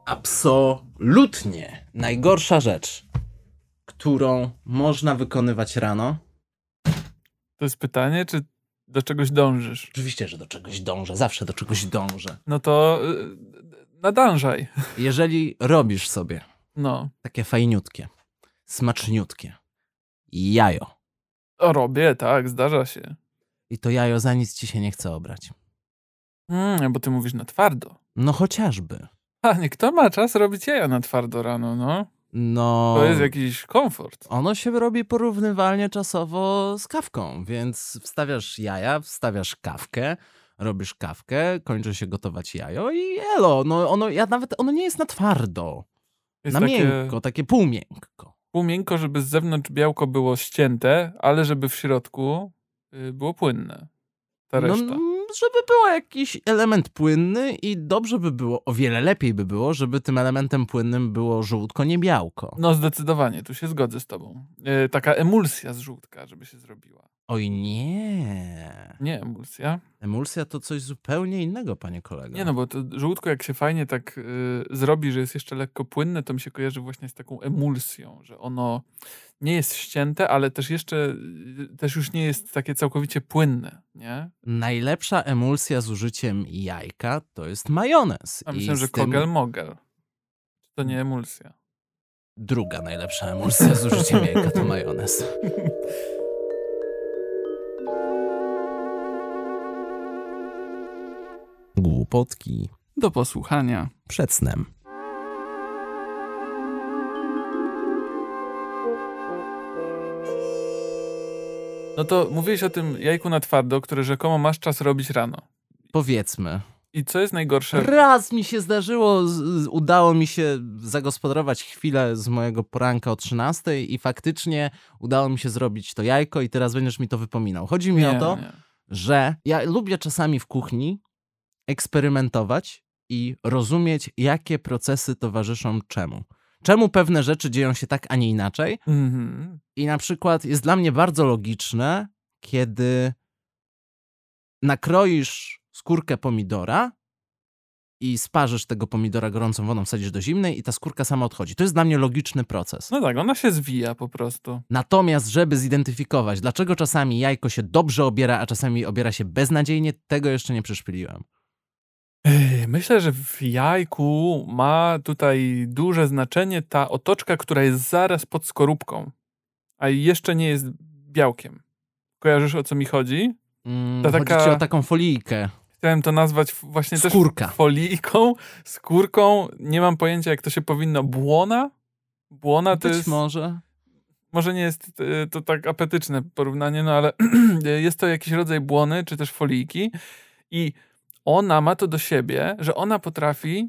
Absolutnie najgorsza rzecz, którą można wykonywać rano. To jest pytanie, czy do czegoś dążysz? Oczywiście, że do czegoś dążę, zawsze do czegoś dążę. No to nadążaj. Jeżeli robisz sobie takie fajniutkie, smaczniutkie jajo. Robię, tak, zdarza się. I to jajo za nic ci się nie chce obrać. Bo ty mówisz na twardo. No chociażby. A nie, kto ma czas robić jaja na twardo rano, no? No... To jest jakiś komfort. Ono się robi porównywalnie czasowo z kawką, więc wstawiasz jaja, wstawiasz kawkę, robisz kawkę, kończy się gotować jajo i elo. No ono nie jest na twardo. Jest na miękko, takie półmiękko. Półmiękko, żeby z zewnątrz białko było ścięte, ale żeby w środku było płynne. Ta reszta. Żeby był jakiś element płynny i dobrze by było, o wiele lepiej by było, żeby tym elementem płynnym było żółtko, nie białko. No zdecydowanie, tu się zgodzę z tobą. Taka emulsja z żółtka, żeby się zrobiła. Oj nie. Nie emulsja. Emulsja to coś zupełnie innego, panie kolego. Nie no, bo to żółtko jak się fajnie tak zrobi, że jest jeszcze lekko płynne, to mi się kojarzy właśnie z taką emulsją, że ono nie jest ścięte, ale też też już nie jest takie całkowicie płynne, nie? Najlepsza emulsja z użyciem jajka to jest majonez. A myślę, że kogel-mogel. To nie emulsja. Druga najlepsza emulsja z użyciem jajka to majonez. Głupotki do posłuchania przed snem. No to mówiłeś o tym jajku na twardo, które rzekomo masz czas robić rano. Powiedzmy. I co jest najgorsze? Raz mi się zdarzyło, udało mi się zagospodarować chwilę z mojego poranka o 13 i faktycznie udało mi się zrobić to jajko i teraz będziesz mi to wypominał. Chodzi mi o to, że ja lubię czasami w kuchni eksperymentować i rozumieć, jakie procesy towarzyszą czemu. Czemu pewne rzeczy dzieją się tak, a nie inaczej. I na przykład jest dla mnie bardzo logiczne, kiedy nakroisz skórkę pomidora i sparzysz tego pomidora gorącą wodą, wsadzisz do zimnej i ta skórka sama odchodzi. To jest dla mnie logiczny proces. No tak, ona się zwija po prostu. Natomiast, żeby zidentyfikować, dlaczego czasami jajko się dobrze obiera, a czasami obiera się beznadziejnie, tego jeszcze nie przeszpiliłem. Myślę, że w jajku ma tutaj duże znaczenie ta otoczka, która jest zaraz pod skorupką, a jeszcze nie jest białkiem. Kojarzysz, o co mi chodzi? Chodzi ci o taką folijkę. Chciałem to nazwać właśnie skórka. Też folijką, skórką. Nie mam pojęcia, jak to się powinno. Błona? Błona to jest... Może nie jest to tak apetyczne porównanie, no ale jest to jakiś rodzaj błony, czy też folijki i ona ma to do siebie, że ona potrafi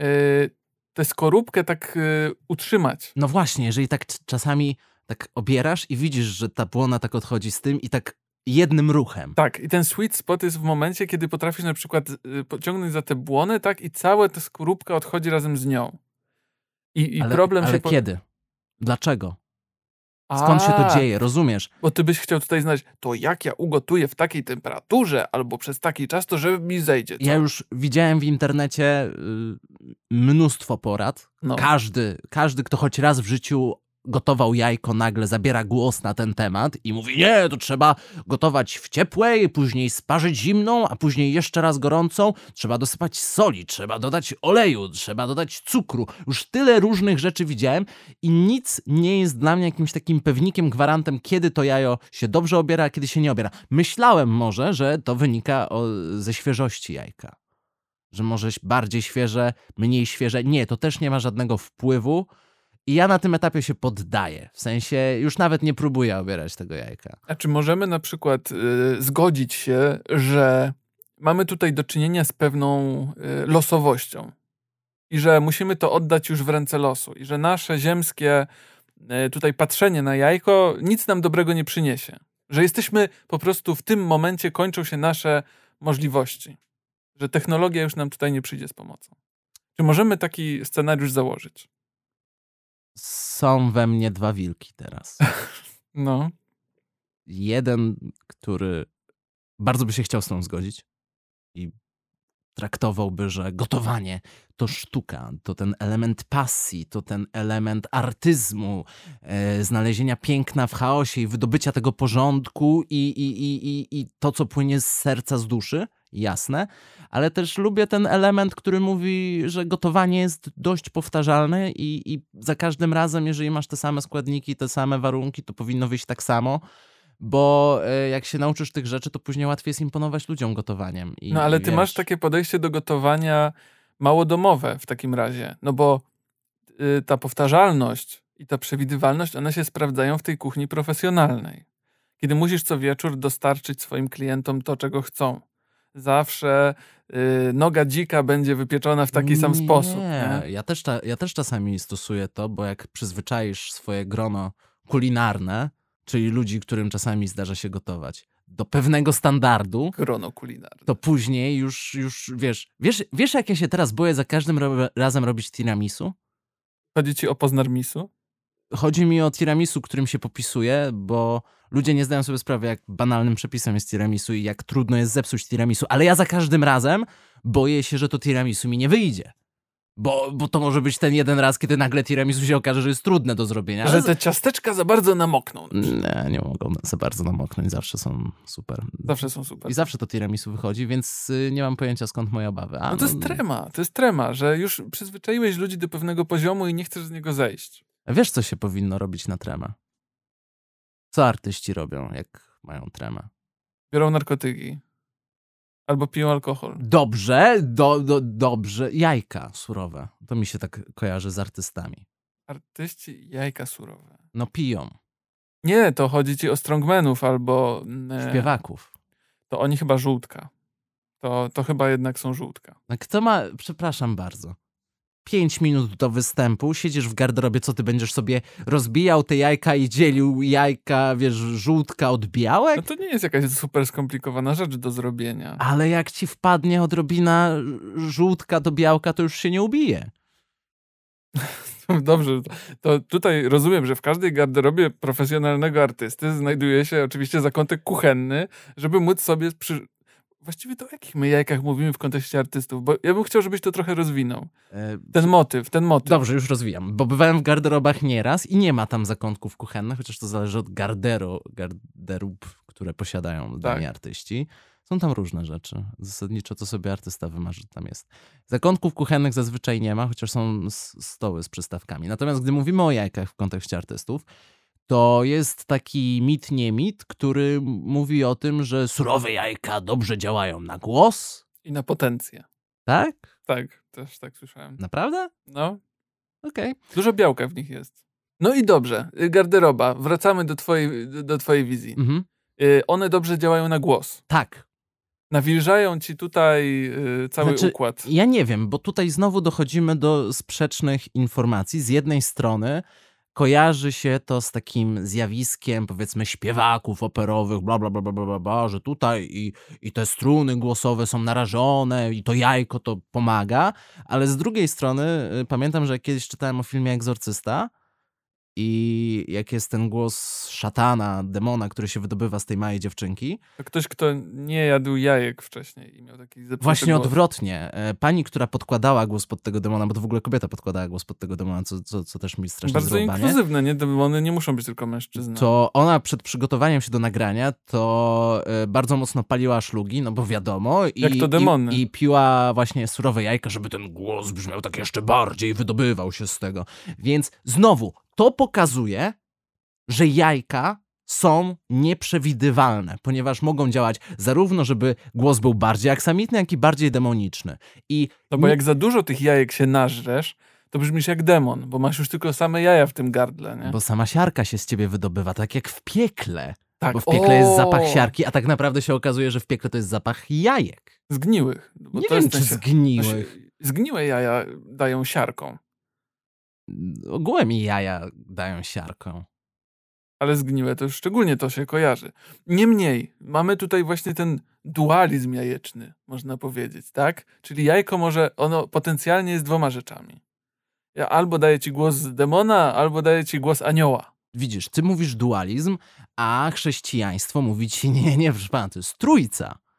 tę skorupkę tak utrzymać. No właśnie, jeżeli tak czasami tak obierasz i widzisz, że ta błona tak odchodzi z tym i tak jednym ruchem. Tak, i ten sweet spot jest w momencie, kiedy potrafisz na przykład pociągnąć za te błony, tak, i cała ta skorupka odchodzi razem z nią. Ale kiedy? Dlaczego? Skąd się to dzieje, rozumiesz? Bo ty byś chciał tutaj znać, to jak ja ugotuję w takiej temperaturze albo przez taki czas, to żeby mi zejdzie. Co? Ja już widziałem w internecie mnóstwo porad. No. Każdy, kto choć raz w życiu gotował jajko, nagle zabiera głos na ten temat i mówi, nie, to trzeba gotować w ciepłej, później sparzyć zimną, a później jeszcze raz gorącą, trzeba dosypać soli, trzeba dodać oleju, trzeba dodać cukru. Już tyle różnych rzeczy widziałem i nic nie jest dla mnie jakimś takim pewnikiem, gwarantem, kiedy to jajo się dobrze obiera, a kiedy się nie obiera. Myślałem może, że to wynika ze świeżości jajka. Że może bardziej świeże, mniej świeże. Nie, to też nie ma żadnego wpływu. I ja na tym etapie się poddaję. W sensie już nawet nie próbuję obierać tego jajka. A czy możemy na przykład zgodzić się, że mamy tutaj do czynienia z pewną losowością i że musimy to oddać już w ręce losu i że nasze ziemskie tutaj patrzenie na jajko nic nam dobrego nie przyniesie. Że jesteśmy po prostu w tym momencie, kończą się nasze możliwości. Że technologia już nam tutaj nie przyjdzie z pomocą. Czy możemy taki scenariusz założyć? Są we mnie dwa wilki teraz. No. Jeden, który bardzo by się chciał z tą zgodzić i traktowałby, że gotowanie to sztuka, to ten element pasji, to ten element artyzmu, znalezienia piękna w chaosie i wydobycia tego porządku i to, co płynie z serca, z duszy, jasne, ale też lubię ten element, który mówi, że gotowanie jest dość powtarzalne i za każdym razem, jeżeli masz te same składniki, te same warunki, to powinno wyjść tak samo, bo jak się nauczysz tych rzeczy, to później łatwiej jest imponować ludziom gotowaniem. No ale ty masz takie podejście do gotowania mało domowe w takim razie, no bo ta powtarzalność i ta przewidywalność, one się sprawdzają w tej kuchni profesjonalnej. Kiedy musisz co wieczór dostarczyć swoim klientom to, czego chcą. Zawsze noga dzika będzie wypieczona w taki sam sposób. Nie? Ja też czasami stosuję to, bo jak przyzwyczaisz swoje grono kulinarne, czyli ludzi, którym czasami zdarza się gotować, do pewnego standardu, grono kulinarne, to później już wiesz, jak ja się teraz boję za każdym razem robić tiramisu? Chodzi ci o Poznarmisu? Chodzi mi o tiramisu, którym się popisuje, bo ludzie nie zdają sobie sprawy, jak banalnym przepisem jest tiramisu i jak trudno jest zepsuć tiramisu, ale ja za każdym razem boję się, że to tiramisu mi nie wyjdzie. Bo to może być ten jeden raz, kiedy nagle tiramisu się okaże, że jest trudne do zrobienia. Że te ciasteczka za bardzo namokną. Nie mogą za bardzo namoknąć, zawsze są super. Zawsze są super. I zawsze to tiramisu wychodzi, więc nie mam pojęcia, skąd moje obawy. No to jest trema, że już przyzwyczaiłeś ludzi do pewnego poziomu i nie chcesz z niego zejść. A wiesz, co się powinno robić na tremę? Co artyści robią, jak mają tremę? Biorą narkotyki. Albo piją alkohol. Dobrze, dobrze. Jajka surowe. To mi się tak kojarzy z artystami. Artyści jajka surowe. No piją. Nie, to chodzi ci o strongmanów albo... śpiewaków. To oni chyba żółtka. To chyba jednak są żółtka. A kto ma... Przepraszam bardzo. 5 minut do występu, siedzisz w garderobie, co ty będziesz sobie rozbijał te jajka i dzielił jajka, wiesz, żółtka od białek? No to nie jest jakaś super skomplikowana rzecz do zrobienia. Ale jak ci wpadnie odrobina żółtka do białka, to już się nie ubije. Dobrze, to tutaj rozumiem, że w każdej garderobie profesjonalnego artysty znajduje się oczywiście zakątek kuchenny, żeby móc sobie Właściwie to o jakich my jajkach mówimy w kontekście artystów? Bo ja bym chciał, żebyś to trochę rozwinął. Ten motyw. Dobrze, już rozwijam. Bo bywałem w garderobach nieraz i nie ma tam zakątków kuchennych, chociaż to zależy od garderób, które posiadają dani artyści. Są tam różne rzeczy. Zasadniczo to sobie artysta wymarzy, że tam jest. Zakątków kuchennych zazwyczaj nie ma, chociaż są stoły z przystawkami. Natomiast gdy mówimy o jajkach w kontekście artystów, to jest taki mit, nie mit, który mówi o tym, że surowe jajka dobrze działają na głos. I na potencję. Tak? Tak, też tak słyszałem. Naprawdę? No. Okej. Dużo białka w nich jest. No i dobrze, garderoba. Wracamy do twojej wizji. Mhm. One dobrze działają na głos. Tak. Nawilżają ci tutaj cały układ. Ja nie wiem, bo tutaj znowu dochodzimy do sprzecznych informacji. Z jednej strony kojarzy się to z takim zjawiskiem, powiedzmy, śpiewaków operowych, bla, bla, bla, bla, bla, bla, że tutaj i te struny głosowe są narażone i to jajko to pomaga, ale z drugiej strony pamiętam, że kiedyś czytałem o filmie Egzorcysta i jak jest ten głos szatana, demona, który się wydobywa z tej małej dziewczynki. To ktoś, kto nie jadł jajek wcześniej i miał taki zepsuty Właśnie głos. odwrotnie. Pani, która podkładała głos pod tego demona, bo to w ogóle kobieta podkładała głos pod tego demona, co też mi strasznie bardzo zrąbanie. Inkluzywne, nie? Demony nie muszą być tylko mężczyzną. To ona przed przygotowaniem się do nagrania to bardzo mocno paliła szlugi, no bo wiadomo. Jak to demony. I piła właśnie surowe jajka, żeby ten głos brzmiał tak jeszcze bardziej, wydobywał się z tego. Więc znowu, to pokazuje, że jajka są nieprzewidywalne, ponieważ mogą działać zarówno, żeby głos był bardziej aksamitny, jak i bardziej demoniczny. No bo jak za dużo tych jajek się nażresz, to brzmisz jak demon, bo masz już tylko same jaja w tym gardle, nie? Bo sama siarka się z ciebie wydobywa, tak jak w piekle. Tak. Bo w piekle jest zapach siarki, a tak naprawdę się okazuje, że w piekle to jest zapach jajek. Zgniłych. Bo Nie to wiem, jest czy zgniłych. Zgniłe jaja dają siarką. Ogółem jaja dają siarką. Ale zgniłe to już szczególnie to się kojarzy. Niemniej, mamy tutaj właśnie ten dualizm jajeczny, można powiedzieć, tak? Czyli jajko ono potencjalnie jest dwoma rzeczami. Albo daje ci głos demona, albo daje ci głos anioła. Widzisz, ty mówisz dualizm, a chrześcijaństwo mówi ci nie, proszę pana, to jest trójca.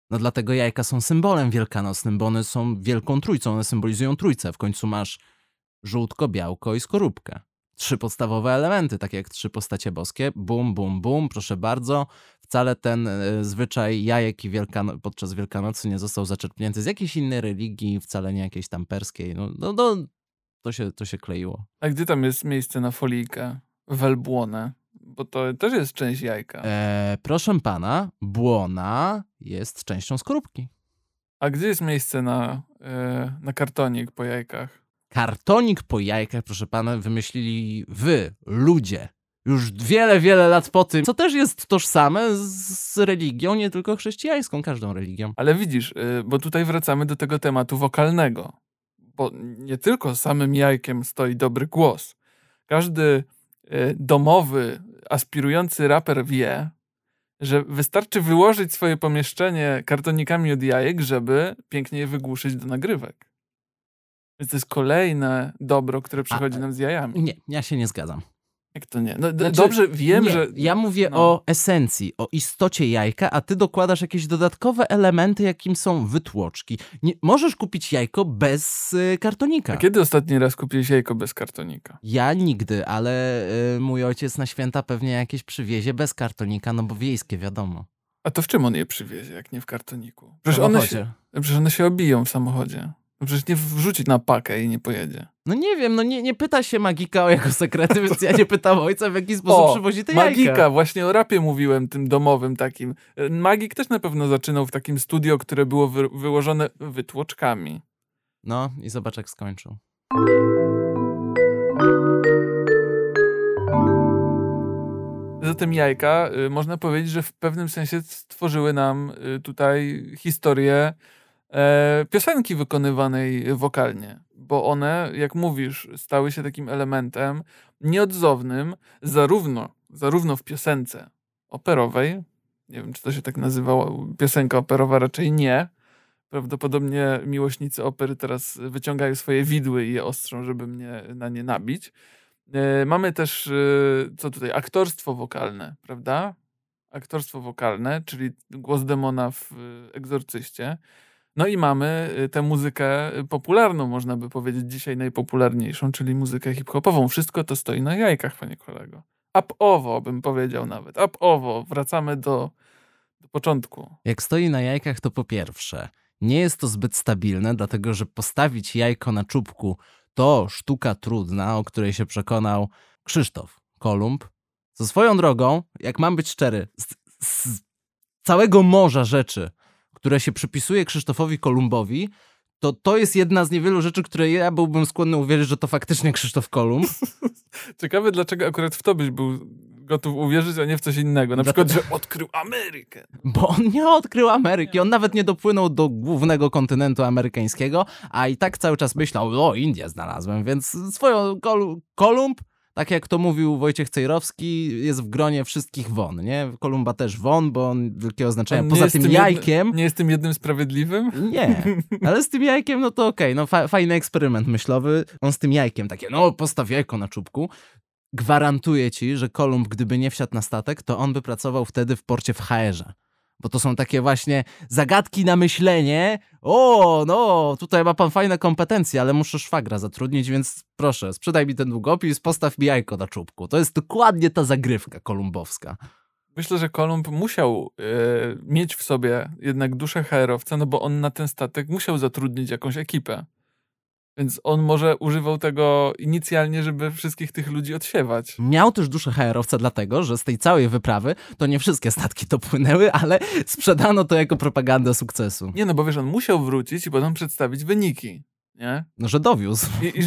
No dlatego jajka są symbolem wielkanocnym, bo one są wielką trójcą, one symbolizują trójcę. W końcu masz żółtko, białko i skorupkę. 3 podstawowe elementy, takie jak 3 postacie boskie. Bum, bum, bum, proszę bardzo. Wcale ten zwyczaj jajek i podczas Wielkanocy nie został zaczerpnięty z jakiejś innej religii, wcale nie jakiejś tam perskiej. To się kleiło. A gdzie tam jest miejsce na folijkę? Welbłonę? Bo to też jest część jajka. Proszę pana, błona jest częścią skorupki. A gdzie jest miejsce na kartonik po jajkach? Kartonik po jajkach, proszę pana, wymyślili wy, ludzie. Już wiele, wiele lat po tym, co też jest tożsame z religią, nie tylko chrześcijańską, każdą religią. Ale widzisz, bo tutaj wracamy do tego tematu wokalnego. Bo nie tylko samym jajkiem stoi dobry głos. Każdy domowy, aspirujący raper wie, że wystarczy wyłożyć swoje pomieszczenie kartonikami od jajek, żeby pięknie je wygłuszyć do nagrywek. Więc to jest kolejne dobro, które przychodzi nam z jajami. Nie, ja się nie zgadzam. Jak to nie? No, dobrze, wiem, nie, że... Ja mówię o esencji, o istocie jajka, a ty dokładasz jakieś dodatkowe elementy, jakim są wytłoczki. Nie, możesz kupić jajko bez kartonika. A kiedy ostatni raz kupiłeś jajko bez kartonika? Ja nigdy, ale mój ojciec na święta pewnie jakieś przywiezie bez kartonika, no bo wiejskie, wiadomo. A to w czym on je przywiezie, jak nie w kartoniku? Przecież one się obiją w samochodzie. Przecież nie wrzucić na pakę i nie pojedzie. No nie wiem, nie pyta się Magika o jego sekrety, więc ja nie pytam ojca, w jaki sposób przywozi te jajka. Magika, właśnie o rapie mówiłem, tym domowym takim. Magik też na pewno zaczynał w takim studio, które było wyłożone wytłoczkami. No i zobacz, jak skończył. Zatem jajka, można powiedzieć, że w pewnym sensie stworzyły nam tutaj historię piosenki wykonywanej wokalnie, bo one, jak mówisz, stały się takim elementem nieodzownym zarówno w piosence operowej, nie wiem, czy to się tak nazywało, piosenka operowa raczej nie, prawdopodobnie miłośnicy opery teraz wyciągają swoje widły i je ostrzą, żeby mnie na nie nabić. Mamy też, co tutaj, aktorstwo wokalne, prawda? Aktorstwo wokalne, czyli głos demona w Egzorcyście. No i mamy tę muzykę popularną, można by powiedzieć, dzisiaj najpopularniejszą, czyli muzykę hip-hopową. Wszystko to stoi na jajkach, panie kolego. Up-owo bym powiedział nawet. Up-owo. Wracamy do początku. Jak stoi na jajkach, to po pierwsze, nie jest to zbyt stabilne, dlatego że postawić jajko na czubku to sztuka trudna, o której się przekonał Krzysztof Kolumb. Co swoją drogą, jak mam być szczery, z całego morza rzeczy, które się przypisuje Krzysztofowi Kolumbowi, to jest jedna z niewielu rzeczy, które ja byłbym skłonny uwierzyć, że to faktycznie Krzysztof Kolumb. Ciekawe, dlaczego akurat w to byś był gotów uwierzyć, a nie w coś innego. Na przykład, że odkrył Amerykę. Bo on nie odkrył Ameryki. On nawet nie dopłynął do głównego kontynentu amerykańskiego, a i tak cały czas myślał, o, Indię znalazłem, więc swoją Kolumb, tak jak to mówił Wojciech Cejrowski, jest w gronie wszystkich won, nie? Kolumba też won, bo on wielkiego znaczenia. Poza tym jajkiem... Nie jest tym jednym sprawiedliwym? Nie, ale z tym jajkiem, no to okej, no fajny eksperyment myślowy. On z tym jajkiem takie, no postaw jajko na czubku. Gwarantuję ci, że Kolumb, gdyby nie wsiadł na statek, to on by pracował wtedy w porcie w HR-ze. Bo to są takie właśnie zagadki na myślenie. O, no, tutaj ma pan fajne kompetencje, ale muszę szwagra zatrudnić, więc proszę, sprzedaj mi ten długopis, postaw mi jajko na czubku. To jest dokładnie ta zagrywka kolumbowska. Myślę, że Kolumb musiał mieć w sobie jednak duszę HR-owca, no bo on na ten statek musiał zatrudnić jakąś ekipę. Więc on może używał tego inicjalnie, żeby wszystkich tych ludzi odsiewać. Miał też duszę HR-owca dlatego, że z tej całej wyprawy to nie wszystkie statki dopłynęły, ale sprzedano to jako propagandę sukcesu. Nie, no bo wiesz, on musiał wrócić i potem przedstawić wyniki, nie? No, że dowiózł. I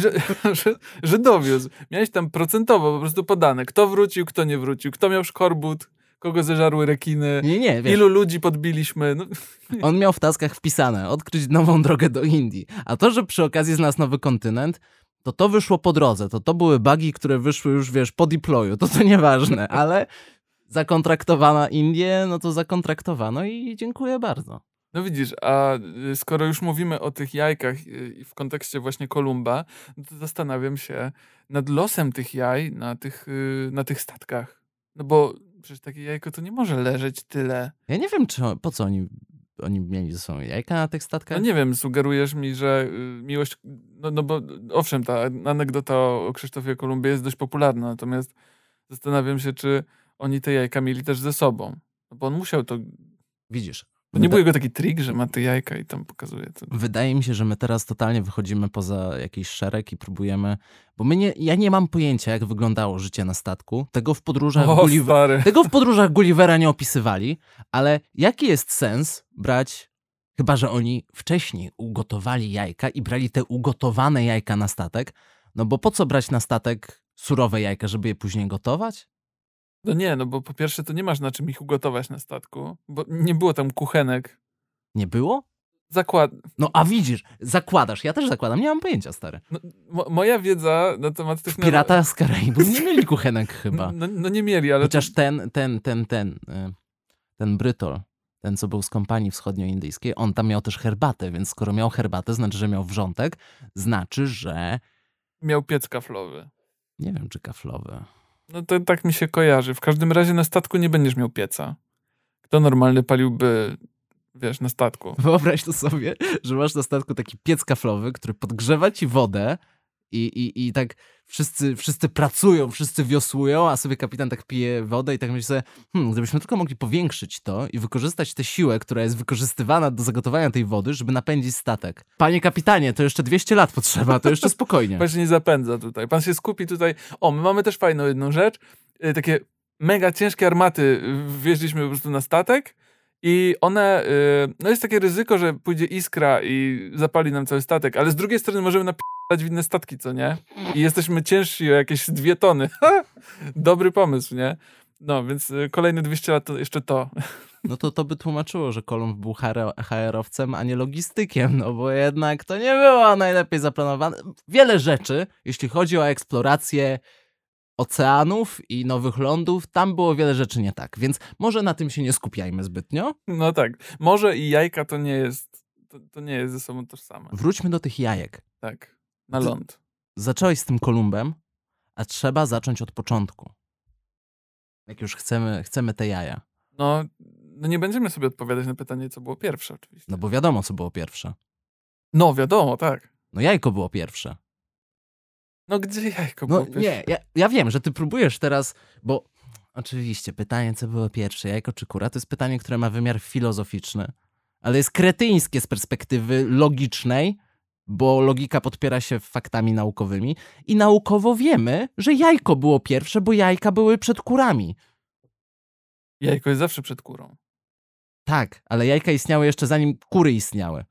że dowiózł. Miałeś tam procentowo po prostu podane, kto wrócił, kto nie wrócił, kto miał szkorbut, kogo zeżarły rekiny, nie, wiesz, ilu ludzi podbiliśmy. No. On miał w taskach wpisane, odkryć nową drogę do Indii. A to, że przy okazji znalazł nowy kontynent, to wyszło po drodze. To były bugi, które wyszły już, wiesz, po deployu. To nieważne, ale zakontraktowano Indię, no to zakontraktowano i dziękuję bardzo. No widzisz, a skoro już mówimy o tych jajkach w kontekście właśnie Kolumba, no to zastanawiam się nad losem tych jaj na tych statkach. No bo przecież takie jajko to nie może leżeć tyle. Ja nie wiem, po co oni oni mieli ze sobą jajka na tych statkach? No nie wiem, sugerujesz mi, że miłość... No bo owszem, ta anegdota o Krzysztofie Kolumbie jest dość popularna, natomiast zastanawiam się, czy oni te jajka mieli też ze sobą. No bo on musiał to... Widzisz. To nie był jego taki trik, że ma te jajka i tam pokazuje to. Wydaje mi się, że my teraz totalnie wychodzimy poza jakiś szereg i próbujemy... Bo ja nie mam pojęcia, jak wyglądało życie na statku. Tego w podróżach Gullivera nie opisywali, ale jaki jest sens brać... Chyba że oni wcześniej ugotowali jajka i brali te ugotowane jajka na statek. No bo po co brać na statek surowe jajka, żeby je później gotować? No nie, no bo po pierwsze to nie masz na czym ich ugotować na statku, bo nie było tam kuchenek. Nie było? No a widzisz, zakładasz. Ja też zakładam, nie mam pojęcia, stary. No, moja wiedza na temat tych... Pirata z Karaibów nie mieli kuchenek chyba. No nie mieli, ale... Chociaż ten Brytol, ten co był z kompanii wschodnioindyjskiej, on tam miał też herbatę, więc skoro miał herbatę, znaczy, że miał wrzątek, znaczy, że... Miał piec kaflowy. Nie wiem, czy kaflowy. No to tak mi się kojarzy. W każdym razie na statku nie będziesz miał pieca. Kto normalny paliłby, wiesz, na statku? Wyobraź to sobie, że masz na statku taki piec kaflowy, który podgrzewa ci wodę i tak wszyscy pracują, wszyscy wiosłują, a sobie kapitan tak pije wodę i tak myśli sobie, gdybyśmy tylko mogli powiększyć to i wykorzystać tę siłę, która jest wykorzystywana do zagotowania tej wody, żeby napędzić statek. Panie kapitanie, to jeszcze 200 lat potrzeba, to jeszcze spokojnie. Pan się nie zapędza tutaj. Pan się skupi tutaj. O, my mamy też fajną jedną rzecz. Takie mega ciężkie armaty wjeździliśmy po prostu na statek i one, no jest takie ryzyko, że pójdzie iskra i zapali nam cały statek, ale z drugiej strony możemy napisać w inne statki, co nie? I jesteśmy ciężsi o jakieś 2 tony. Dobry pomysł, nie? No, więc kolejne 200 lat to jeszcze to. No to by tłumaczyło, że Kolumb był HR-owcem, a nie logistykiem, no bo jednak to nie było najlepiej zaplanowane. Wiele rzeczy, jeśli chodzi o eksplorację oceanów i nowych lądów, tam było wiele rzeczy nie tak, więc może na tym się nie skupiajmy zbytnio. No tak, morze i jajka to nie jest ze sobą tożsame. Wróćmy do tych jajek. Tak, na ląd. Zacząłeś z tym Kolumbem, a trzeba zacząć od początku. Jak już chcemy te jaja. No nie będziemy sobie odpowiadać na pytanie, co było pierwsze oczywiście. No bo wiadomo, co było pierwsze. No wiadomo, tak. No jajko było pierwsze. No gdzie jajko było pierwsze? Nie, ja wiem, że ty próbujesz teraz, bo oczywiście pytanie, co było pierwsze, jajko czy kura, to jest pytanie, które ma wymiar filozoficzny, ale jest kretyńskie z perspektywy logicznej, bo logika podpiera się faktami naukowymi i naukowo wiemy, że jajko było pierwsze, bo jajka były przed kurami. Jajko jest zawsze przed kurą. Tak, ale jajka istniały jeszcze zanim kury istniały.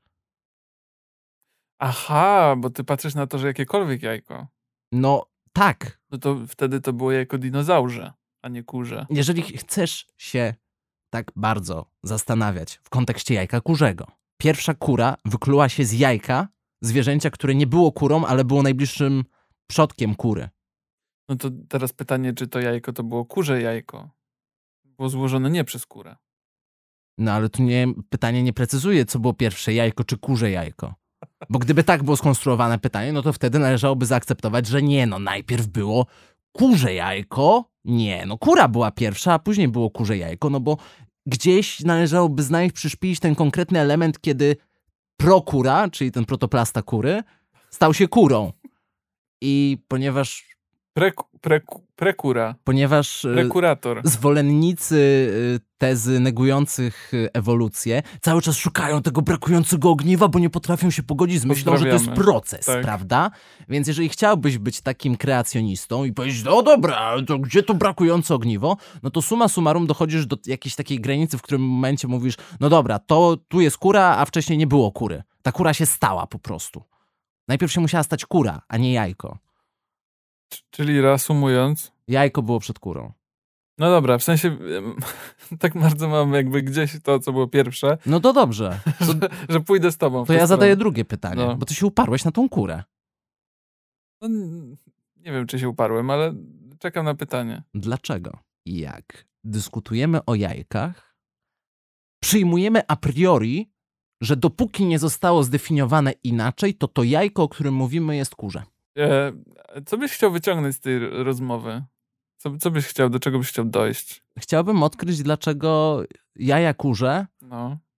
Aha, bo ty patrzysz na to, że jakiekolwiek jajko. No tak. No to wtedy to było jajko dinozaurze, a nie kurze. Jeżeli chcesz się tak bardzo zastanawiać w kontekście jajka kurzego. Pierwsza kura wykluła się z jajka zwierzęcia, które nie było kurą, ale było najbliższym przodkiem kury. No to teraz pytanie, czy to jajko to było kurze jajko? Było złożone nie przez kurę. No ale tu pytanie nie precyzuje, co było pierwsze, jajko czy kurze jajko. Bo gdyby tak było skonstruowane pytanie, no to wtedy należałoby zaakceptować, że nie, no najpierw było kurze jajko. Nie, no kura była pierwsza, a później było kurze jajko, no bo gdzieś należałoby znaleźć, przyszpilić ten konkretny element, kiedy prokura, czyli ten protoplasta kury, stał się kurą. I ponieważ... Prekura. Ponieważ Prekurator. Zwolennicy tezy negujących ewolucję cały czas szukają tego brakującego ogniwa, bo nie potrafią się pogodzić z myślą, że to jest proces, tak. Prawda? Więc jeżeli chciałbyś być takim kreacjonistą i powiedzieć, no dobra, to gdzie to brakujące ogniwo? No to summa summarum dochodzisz do jakiejś takiej granicy, w którym momencie mówisz, no dobra, to tu jest kura, a wcześniej nie było kury. Ta kura się stała po prostu. Najpierw się musiała stać kura, a nie jajko. Czyli reasumując... Jajko było przed kurą. No dobra, w sensie tak bardzo mam jakby gdzieś to, co było pierwsze. No to dobrze. że pójdę z tobą. To ja zadaję drugie pytanie, bo ty się uparłeś na tą kurę. No, nie wiem, czy się uparłem, ale czekam na pytanie. Dlaczego? Jak dyskutujemy o jajkach, przyjmujemy a priori, że dopóki nie zostało zdefiniowane inaczej, to jajko, o którym mówimy, jest kurze. Co byś chciał wyciągnąć z tej rozmowy? Co byś chciał, do czego byś chciał dojść? Chciałbym odkryć, dlaczego jaja kurze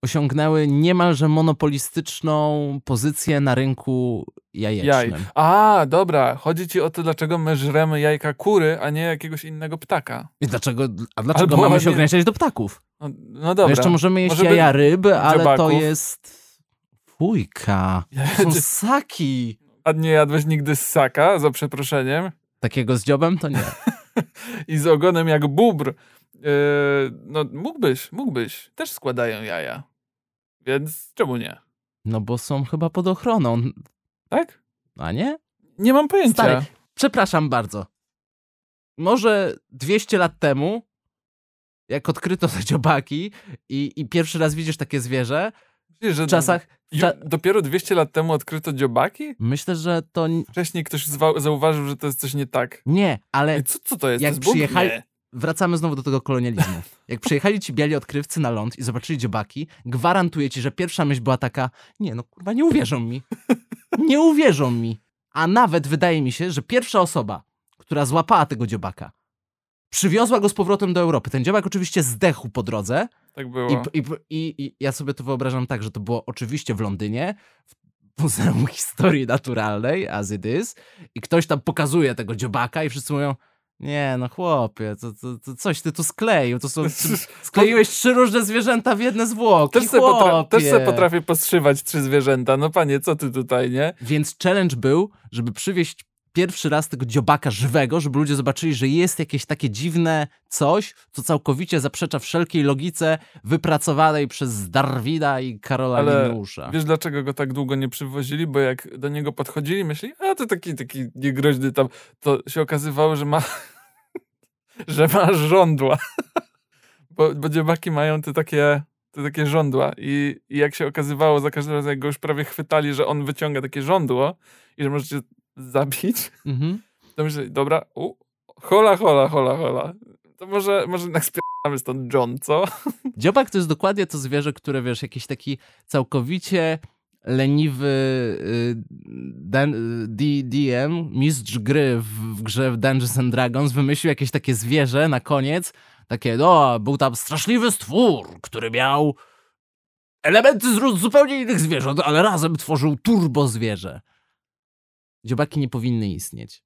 osiągnęły niemalże monopolistyczną pozycję na rynku jajecznym. A, dobra. Chodzi ci o to, dlaczego my żremy jajka kury, a nie jakiegoś innego ptaka. I dlaczego mamy się ograniczać do ptaków? No dobra. A jeszcze możemy jeść jaja ryby, ale to jest fujka. To są ssaki. A nie jadłeś nigdy ssaka, za przeproszeniem? Takiego z dziobem to nie. I z ogonem jak bóbr. No mógłbyś. Też składają jaja. Więc czemu nie? No bo są chyba pod ochroną. Tak? A nie? Nie mam pojęcia. Stary, przepraszam bardzo. Może 200 lat temu, jak odkryto te dziobaki i pierwszy raz widzisz takie zwierzę, w czasach... Dopiero 200 lat temu odkryto dziobaki? Myślę, że to... Wcześniej ktoś zauważył, że to jest coś nie tak. Nie, ale... Co to jest? Jak to jest przyjechali... Wracamy znowu do tego kolonializmu. Jak przyjechali ci biali odkrywcy na ląd i zobaczyli dziobaki, gwarantuję ci, że pierwsza myśl była taka: nie, no kurwa, nie uwierzą mi. Nie uwierzą mi. A nawet wydaje mi się, że pierwsza osoba, która złapała tego dziobaka, przywiozła go z powrotem do Europy. Ten dziobak oczywiście zdechł po drodze. Tak było. I ja sobie to wyobrażam tak, że to było oczywiście w Londynie, w Muzeum Historii Naturalnej, as it is, i ktoś tam pokazuje tego dziobaka i wszyscy mówią: nie, no chłopie, to coś ty tu skleił. Skleiłeś 3 różne zwierzęta w jedne zwłoki. Też se potrafię postrzywać 3 zwierzęta. No panie, co ty tutaj, nie? Więc challenge był, żeby przywieźć pierwszy raz tego dziobaka żywego, żeby ludzie zobaczyli, że jest jakieś takie dziwne coś, co całkowicie zaprzecza wszelkiej logice wypracowanej przez Darwina i Karola Linneusza. Wiesz, dlaczego go tak długo nie przywozili? Bo jak do niego podchodzili, myśleli, a to taki niegroźny tam, to się okazywało, że ma że ma żądła. Bo dziobaki mają te takie żądła i jak się okazywało za każdym razem, jak go już prawie chwytali, że on wyciąga takie żądło i że możecie zabić, to myślę, dobra, hola. To może jednak spierdamy stąd John, co? Dziobak to jest dokładnie to zwierzę, które, wiesz, jakiś taki całkowicie leniwy DM, mistrz gry w grze w Dungeons and Dragons, wymyślił jakieś takie zwierzę na koniec, takie, był tam straszliwy stwór, który miał elementy z zupełnie innych zwierząt, ale razem tworzył turbo zwierzę. Dziobaki nie powinny istnieć.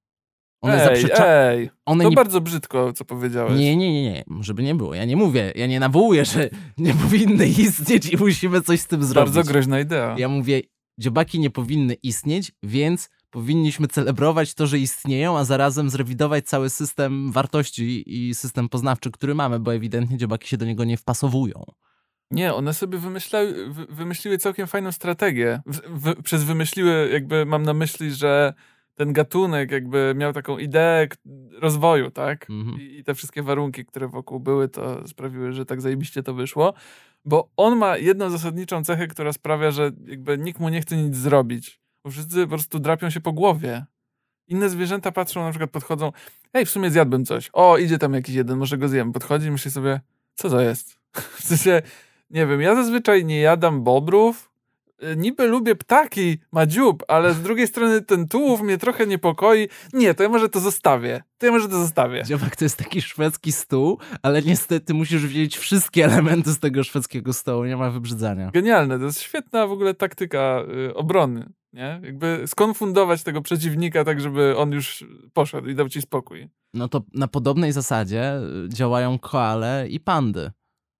To bardzo brzydko, co powiedziałeś. Nie, żeby nie było. Ja nie mówię, ja nie nawołuję, że nie powinny istnieć i musimy coś z tym zrobić. Bardzo groźna idea. Ja mówię, dziobaki nie powinny istnieć, więc powinniśmy celebrować to, że istnieją, a zarazem zrewidować cały system wartości i system poznawczy, który mamy, bo ewidentnie dziobaki się do niego nie wpasowują. Nie, one sobie wymyśliły całkiem fajną strategię. Przez wymyśliły, jakby mam na myśli, że ten gatunek jakby miał taką ideę rozwoju, tak? I te wszystkie warunki, które wokół były, to sprawiły, że tak zajebiście to wyszło. Bo on ma jedną zasadniczą cechę, która sprawia, że jakby nikt mu nie chce nic zrobić. Bo wszyscy po prostu drapią się po głowie. Inne zwierzęta patrzą, na przykład podchodzą, w sumie zjadłbym coś. Idzie tam jakiś jeden, może go zjem. Podchodzi i myśli sobie, co to jest? W sensie, nie wiem, ja zazwyczaj nie jadam bobrów, niby lubię ptaki, ma dziób, ale z drugiej strony ten tułów mnie trochę niepokoi. Nie, to ja może to zostawię. Dziobak to jest taki szwedzki stół, ale niestety musisz wiedzieć wszystkie elementy z tego szwedzkiego stołu, nie ma wybrzydzania. Genialne, to jest świetna w ogóle taktyka obrony, nie? Jakby skonfundować tego przeciwnika tak, żeby on już poszedł i dał ci spokój. No to na podobnej zasadzie działają koale i pandy.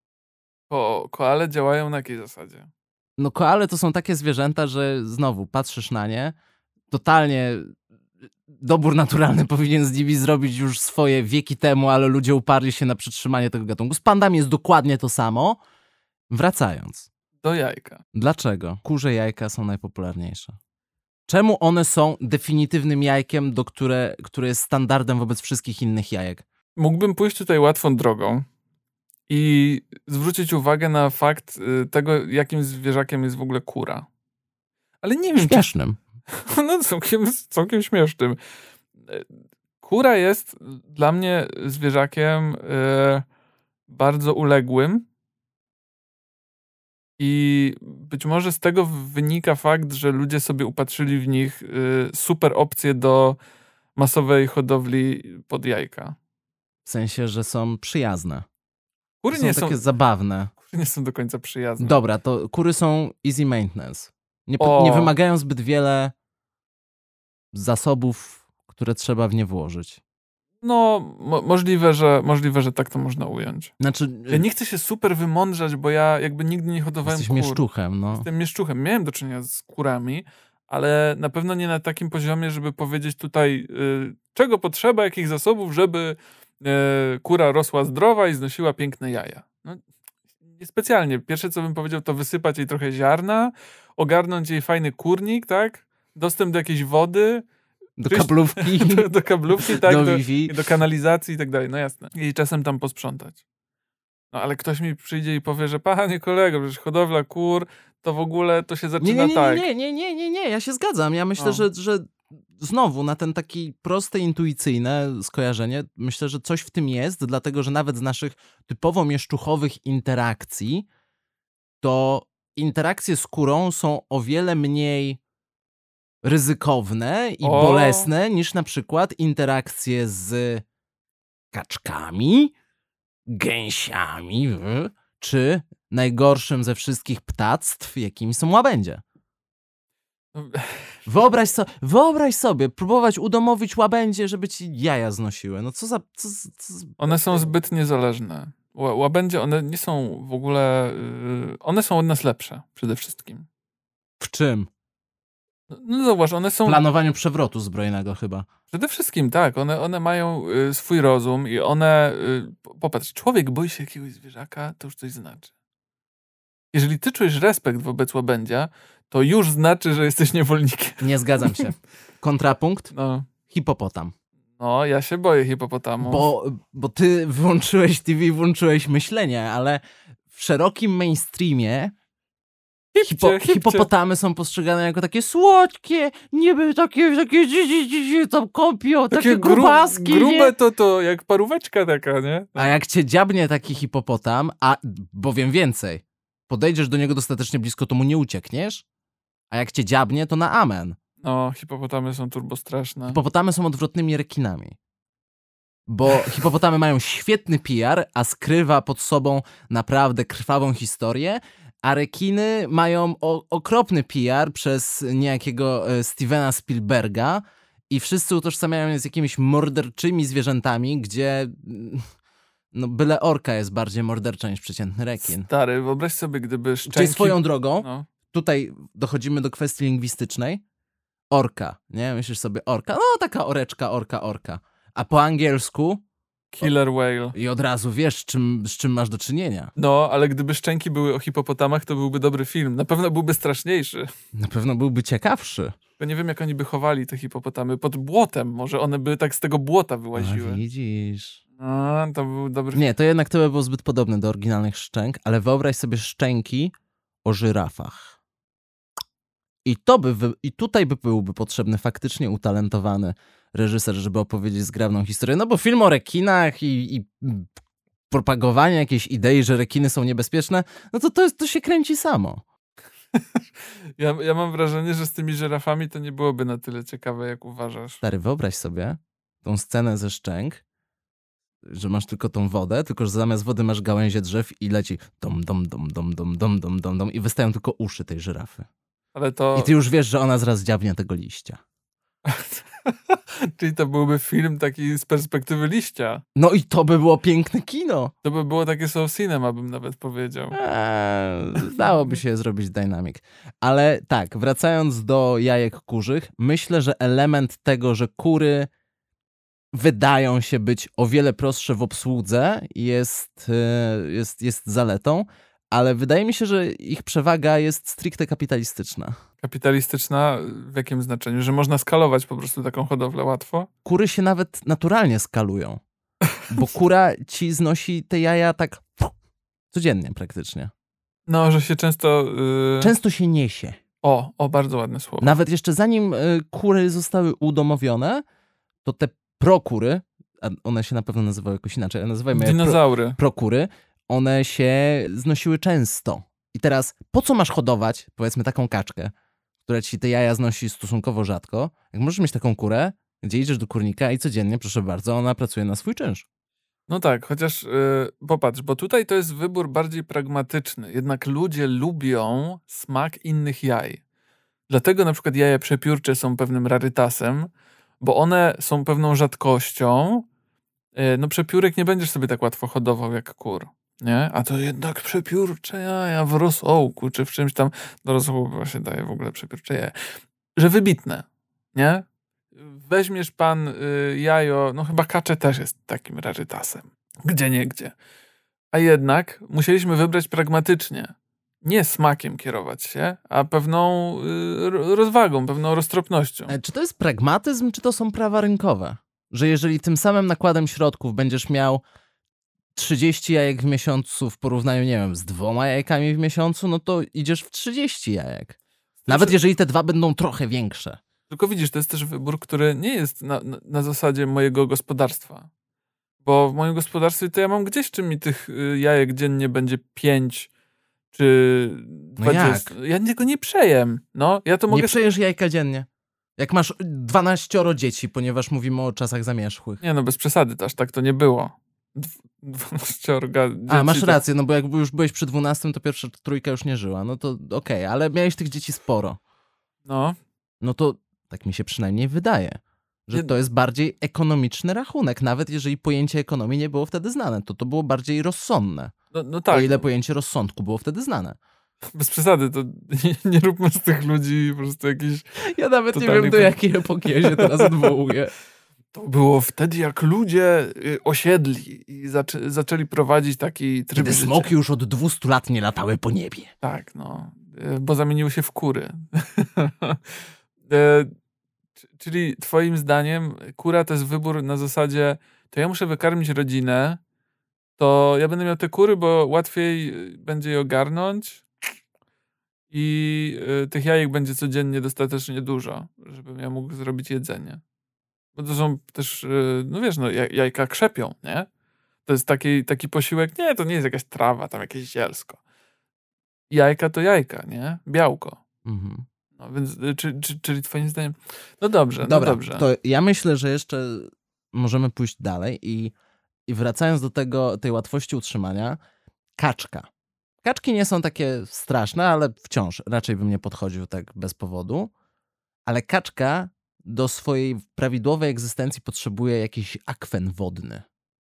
Koale działają na jakiej zasadzie? No koale to są takie zwierzęta, że znowu patrzysz na nie, totalnie dobór naturalny powinien z nimi zrobić już swoje wieki temu, ale ludzie uparli się na przetrzymanie tego gatunku. Z pandami jest dokładnie to samo. Wracając. Do jajka. Dlaczego kurze jajka są najpopularniejsze? Czemu one są definitywnym jajkiem, które jest standardem wobec wszystkich innych jajek? Mógłbym pójść tutaj łatwą drogą i zwrócić uwagę na fakt tego, jakim zwierzakiem jest w ogóle kura. Ale nie wiem... Śmiesznym. No całkiem śmiesznym. Kura jest dla mnie zwierzakiem bardzo uległym i być może z tego wynika fakt, że ludzie sobie upatrzyli w nich super opcje do masowej hodowli pod jajka. W sensie, że są przyjazne. Kury są takie zabawne. nie są do końca przyjazne. Dobra, to kury są easy maintenance. Nie wymagają zbyt wiele zasobów, które trzeba w nie włożyć. No, możliwe, że tak to można ująć. Znaczy, ja nie chcę się super wymądrzać, bo ja jakby nigdy nie hodowałem jesteś mieszczuchem, no. Jestem mieszczuchem. Miałem do czynienia z kurami, ale na pewno nie na takim poziomie, żeby powiedzieć tutaj, czego potrzeba, jakich zasobów, żeby kura rosła zdrowa i znosiła piękne jaja. No, niespecjalnie. Pierwsze, co bym powiedział, to wysypać jej trochę ziarna, ogarnąć jej fajny kurnik, tak? Dostęp do jakiejś wody. Do kablówki. do kablówki, tak. Wi-Fi. Do kanalizacji i tak dalej. No jasne. I czasem tam posprzątać. No ale ktoś mi przyjdzie i powie, że panie kolego, przecież hodowla kur, to w ogóle to się zaczyna tak. Nie, ja się zgadzam. Ja myślę, że znowu na ten taki proste, intuicyjne skojarzenie, myślę, że coś w tym jest, dlatego, że nawet z naszych typowo mieszczuchowych interakcji, to interakcje z kurą są o wiele mniej ryzykowne i bolesne niż na przykład interakcje z kaczkami, gęsiami, czy najgorszym ze wszystkich ptactw, jakimi są łabędzie. Wyobraź sobie, próbować udomowić łabędzie, żeby ci jaja znosiły. No co za... One są zbyt niezależne. Łabędzie, one nie są w ogóle... one są od nas lepsze, przede wszystkim. W czym? No zauważ, one są... W planowaniu przewrotu zbrojnego chyba. Przede wszystkim tak, one mają swój rozum i one... Popatrz, człowiek boi się jakiegoś zwierzaka, to już coś znaczy. Jeżeli ty czujesz respekt wobec łabędzia, to już znaczy, że jesteś niewolnikiem. Nie zgadzam się. Kontrapunkt? No. Hipopotam. No, ja się boję hipopotamu. Bo ty włączyłeś TV, włączyłeś myślenie, ale w szerokim mainstreamie hipopotamy są postrzegane jako takie słodkie, niby takie tam kąpią, takie grubaski. Grube to jak paróweczka taka, nie? A jak cię dziabnie taki hipopotam, bo wiem więcej, podejdziesz do niego dostatecznie blisko, to mu nie uciekniesz, a jak cię dziabnie, to na amen. No, hipopotamy są turbostraszne. Hipopotamy są odwrotnymi rekinami. Bo hipopotamy mają świetny PR, a skrywa pod sobą naprawdę krwawą historię, a rekiny mają okropny PR przez niejakiego Stevena Spielberga i wszyscy utożsamiają je z jakimiś morderczymi zwierzętami, gdzie no byle orka jest bardziej mordercza niż przeciętny rekin. Stary, wyobraź sobie, gdyby szczęki... Czyli swoją drogą, tutaj dochodzimy do kwestii lingwistycznej. Orka, nie? Myślisz sobie orka, no taka oreczka, orka. A po angielsku... Killer whale. I od razu wiesz, z czym masz do czynienia. No, ale gdyby szczęki były o hipopotamach, to byłby dobry film. Na pewno byłby straszniejszy. Na pewno byłby ciekawszy. Bo nie wiem, jak oni by chowali te hipopotamy. Pod błotem. Może one by tak z tego błota wyłaziły. A widzisz. No, to był dobry film. Nie, to jednak to by było zbyt podobne do oryginalnych szczęk, ale wyobraź sobie szczęki o żyrafach. I tutaj byłby potrzebny faktycznie utalentowany reżyser, żeby opowiedzieć zgrabną historię. No bo film o rekinach i propagowanie jakiejś idei, że rekiny są niebezpieczne, no to się kręci samo. Ja mam wrażenie, że z tymi żyrafami to nie byłoby na tyle ciekawe, jak uważasz. Stary, wyobraź sobie tą scenę ze szczęk, że masz tylko tą wodę, tylko że zamiast wody masz gałęzie drzew i leci dom i wystają tylko uszy tej żyrafy. Ale to... I ty już wiesz, że ona zaraz dziabnie tego liścia. Czyli to byłby film taki z perspektywy liścia. No i to by było piękne kino. To by było takie soul cinema, bym nawet powiedział. Dałoby się zrobić dynamic. Ale tak, wracając do jajek kurzych, myślę, że element tego, że kury wydają się być o wiele prostsze w obsłudze jest zaletą, ale wydaje mi się, że ich przewaga jest stricte kapitalistyczna. Kapitalistyczna w jakim znaczeniu? Że można skalować po prostu taką hodowlę łatwo? Kury się nawet naturalnie skalują, bo kura ci znosi te jaja tak codziennie praktycznie. No, że się często... Często się niesie. O, bardzo ładne słowo. Nawet jeszcze zanim kury zostały udomowione, to te prokury, a one się na pewno nazywały jakoś inaczej, ale nazywajmy je dinozaury. Prokury, one się znosiły często. I teraz, po co masz hodować, powiedzmy, taką kaczkę, która ci te jaja znosi stosunkowo rzadko, jak możesz mieć taką kurę, gdzie idziesz do kurnika i codziennie, proszę bardzo, ona pracuje na swój czynsz. No tak, chociaż popatrz, bo tutaj to jest wybór bardziej pragmatyczny. Jednak ludzie lubią smak innych jaj. Dlatego na przykład jaja przepiórcze są pewnym rarytasem, bo one są pewną rzadkością. No przepiórek nie będziesz sobie tak łatwo hodował jak kur, nie? A to jednak przepiórcze jaja w rosołku, czy w czymś tam, do rosołku się daje w ogóle przepiórcze jaja. Że wybitne, nie? Weźmiesz pan jajo, no chyba kacze też jest takim rarytasem. Gdzieniegdzie. A jednak musieliśmy wybrać pragmatycznie. Nie smakiem kierować się, a pewną rozwagą, pewną roztropnością. Czy to jest pragmatyzm, czy to są prawa rynkowe? Że jeżeli tym samym nakładem środków będziesz miał 30 jajek w miesiącu w porównaniu, nie wiem, z 2 jajkami w miesiącu, no to idziesz w 30 jajek. Nawet jeżeli te 2 będą trochę większe. Tylko widzisz, to jest też wybór, który nie jest na zasadzie mojego gospodarstwa. Bo w moim gospodarstwie to ja mam gdzieś, czy mi tych jajek dziennie będzie 5 czy 20. No ja tego nie przejem. No, ja to mogę... Nie przejesz jajka dziennie. Jak masz 12 dzieci, ponieważ mówimy o czasach zamierzchłych. Nie no, bez przesady, to aż tak to nie było. 12 dzieci. A, masz rację, no bo jak już byłeś przy 12, to pierwsza trójka już nie żyła. No to okej, ale miałeś tych dzieci sporo. No. No to tak mi się przynajmniej wydaje, że to jest bardziej ekonomiczny rachunek, nawet jeżeli pojęcie ekonomii nie było wtedy znane, to było bardziej rozsądne. No tak. O ile pojęcie rozsądku było wtedy znane. Bez przesady, to nie róbmy z tych ludzi po prostu jakiś... Ja nawet nie wiem, do jakiej epoki ja się teraz odwołuję. To było wtedy, jak ludzie osiedli i zaczęli prowadzić taki tryb Kiedy smoki już od 200 lat nie latały po niebie. Tak, no, bo zamieniły się w kury. Czyli twoim zdaniem kura to jest wybór na zasadzie, to ja muszę wykarmić rodzinę, to ja będę miał te kury, bo łatwiej będzie je ogarnąć i tych jajek będzie codziennie dostatecznie dużo, żebym ja mógł zrobić jedzenie. Bo to są też, no wiesz, no jajka krzepią, nie? To jest taki posiłek, nie, to nie jest jakaś trawa, tam jakieś zielsko. Jajka to jajka, nie? Białko. Mhm. No więc, czyli twoim zdaniem... No dobrze, Dobra, no dobrze. To ja myślę, że jeszcze możemy pójść dalej i wracając do tej łatwości utrzymania, kaczka. Kaczki nie są takie straszne, ale wciąż raczej bym nie podchodził tak bez powodu. Ale kaczka do swojej prawidłowej egzystencji potrzebuje jakiś akwen wodny.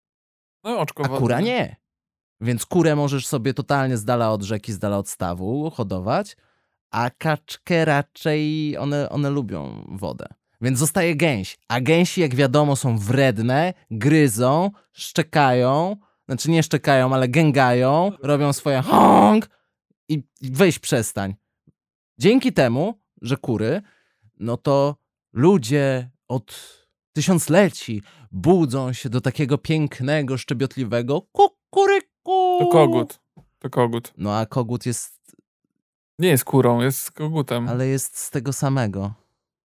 No oczko A wodne. kura nie. Więc kurę możesz sobie totalnie z dala od rzeki, z dala od stawu hodować, a kaczkę raczej one lubią wodę. Więc zostaje gęś. A gęsi, jak wiadomo, są wredne, gryzą, szczekają. Znaczy nie szczekają, ale gęgają, robią swoje honk i weź przestań. Dzięki temu, że kury, no to ludzie od tysiącleci budzą się do takiego pięknego, szczebiotliwego kukuryku. To kogut. No a kogut jest... Nie jest kurą, jest kogutem. Ale jest z tego samego.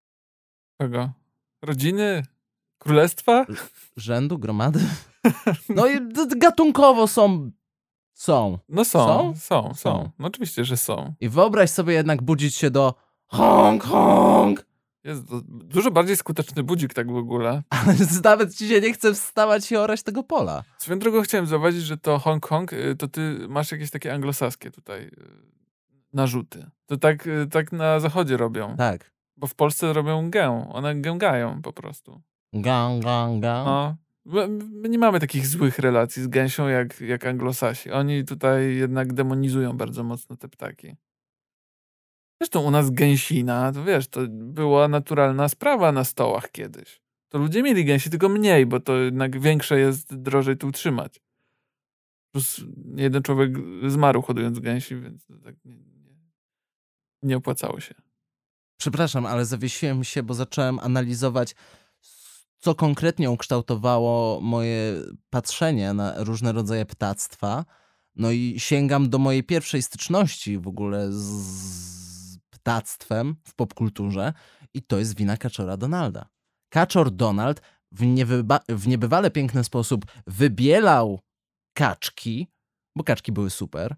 Czego? Rodziny? Królestwa? Rzędu? Gromady? No i gatunkowo są. No są. No oczywiście, że są. I wyobraź sobie jednak budzić się do honk, honk. Jest dużo bardziej skuteczny budzik tak w ogóle. Ale nawet ci się nie chce wstawać i orać tego pola. Swoją drogą chciałem zauważyć, że to honk, honk, to ty masz jakieś takie anglosaskie tutaj narzuty. To tak na zachodzie robią. Tak. Bo w Polsce robią gę. One gęgają po prostu. Gang. No. My nie mamy takich złych relacji z gęsią jak anglosasi. Oni tutaj jednak demonizują bardzo mocno te ptaki. Zresztą u nas gęsina, to wiesz, to była naturalna sprawa na stołach kiedyś. To ludzie mieli gęsi, tylko mniej, bo to jednak większe jest, drożej tu utrzymać. Plus jeden człowiek zmarł hodując gęsi, więc to tak nie opłacało się. Przepraszam, ale zawiesiłem się, bo zacząłem analizować, co konkretnie ukształtowało moje patrzenie na różne rodzaje ptactwa. No i sięgam do mojej pierwszej styczności w ogóle z ptactwem w popkulturze i to jest wina kaczora Donalda. Kaczor Donald w niebywale piękny sposób wybielał kaczki, bo kaczki były super,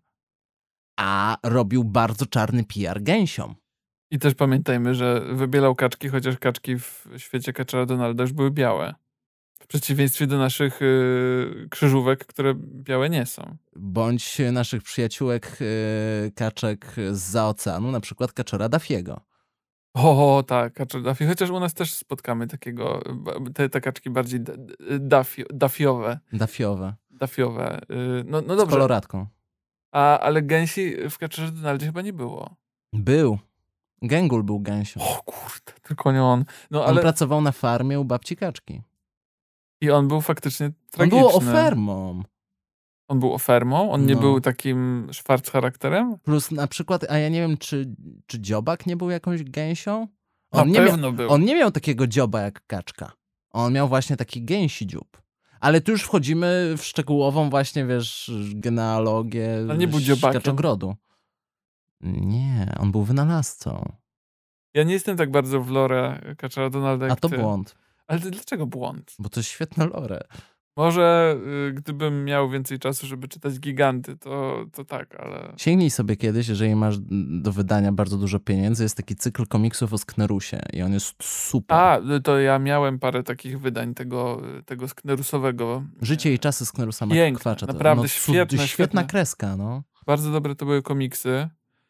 a robił bardzo czarny PR gęsiom. I też pamiętajmy, że wybielał kaczki, chociaż kaczki w świecie kaczora Donalda już były białe. W przeciwieństwie do naszych krzyżówek, które białe nie są. Bądź naszych przyjaciółek kaczek zza oceanu, na przykład kaczora Daffiego. O, tak, kaczor Daffy. Chociaż u nas też spotkamy takiego, te kaczki bardziej Daffiowe. Daffiowe. No dobrze. Z koloratką. Ale gęsi w Kaczorze Donaldzie chyba nie było. Był. Gęgul był gęsią. O kurde, tylko nie on. No, on pracował na farmie u babci kaczki. I on był faktycznie tragiczny. On był ofermą. On był ofermą? On nie był takim szwarc charakterem? Plus na przykład, a ja nie wiem, czy dziobak nie był jakąś gęsią? Był. On nie miał takiego dzioba jak kaczka. On miał właśnie taki gęsi dziób. Ale tu już wchodzimy w szczegółową właśnie, wiesz, genealogię nie był dziobakiem. Kaczogrodu. Nie, on był wynalazcą. Ja nie jestem tak bardzo w lore Kaczora Donalda jak A to ty. błąd. Ale dlaczego błąd? Bo to jest świetne lore. Może gdybym miał więcej czasu, żeby czytać giganty, to tak, ale... Sięgnij sobie kiedyś, jeżeli masz do wydania bardzo dużo pieniędzy, jest taki cykl komiksów o Sknerusie i on jest super. To ja miałem parę takich wydań tego sknerusowego. Życie i czasy Sknerusa Mackwacza. Naprawdę świetna kreska, no. Bardzo dobre to były komiksy.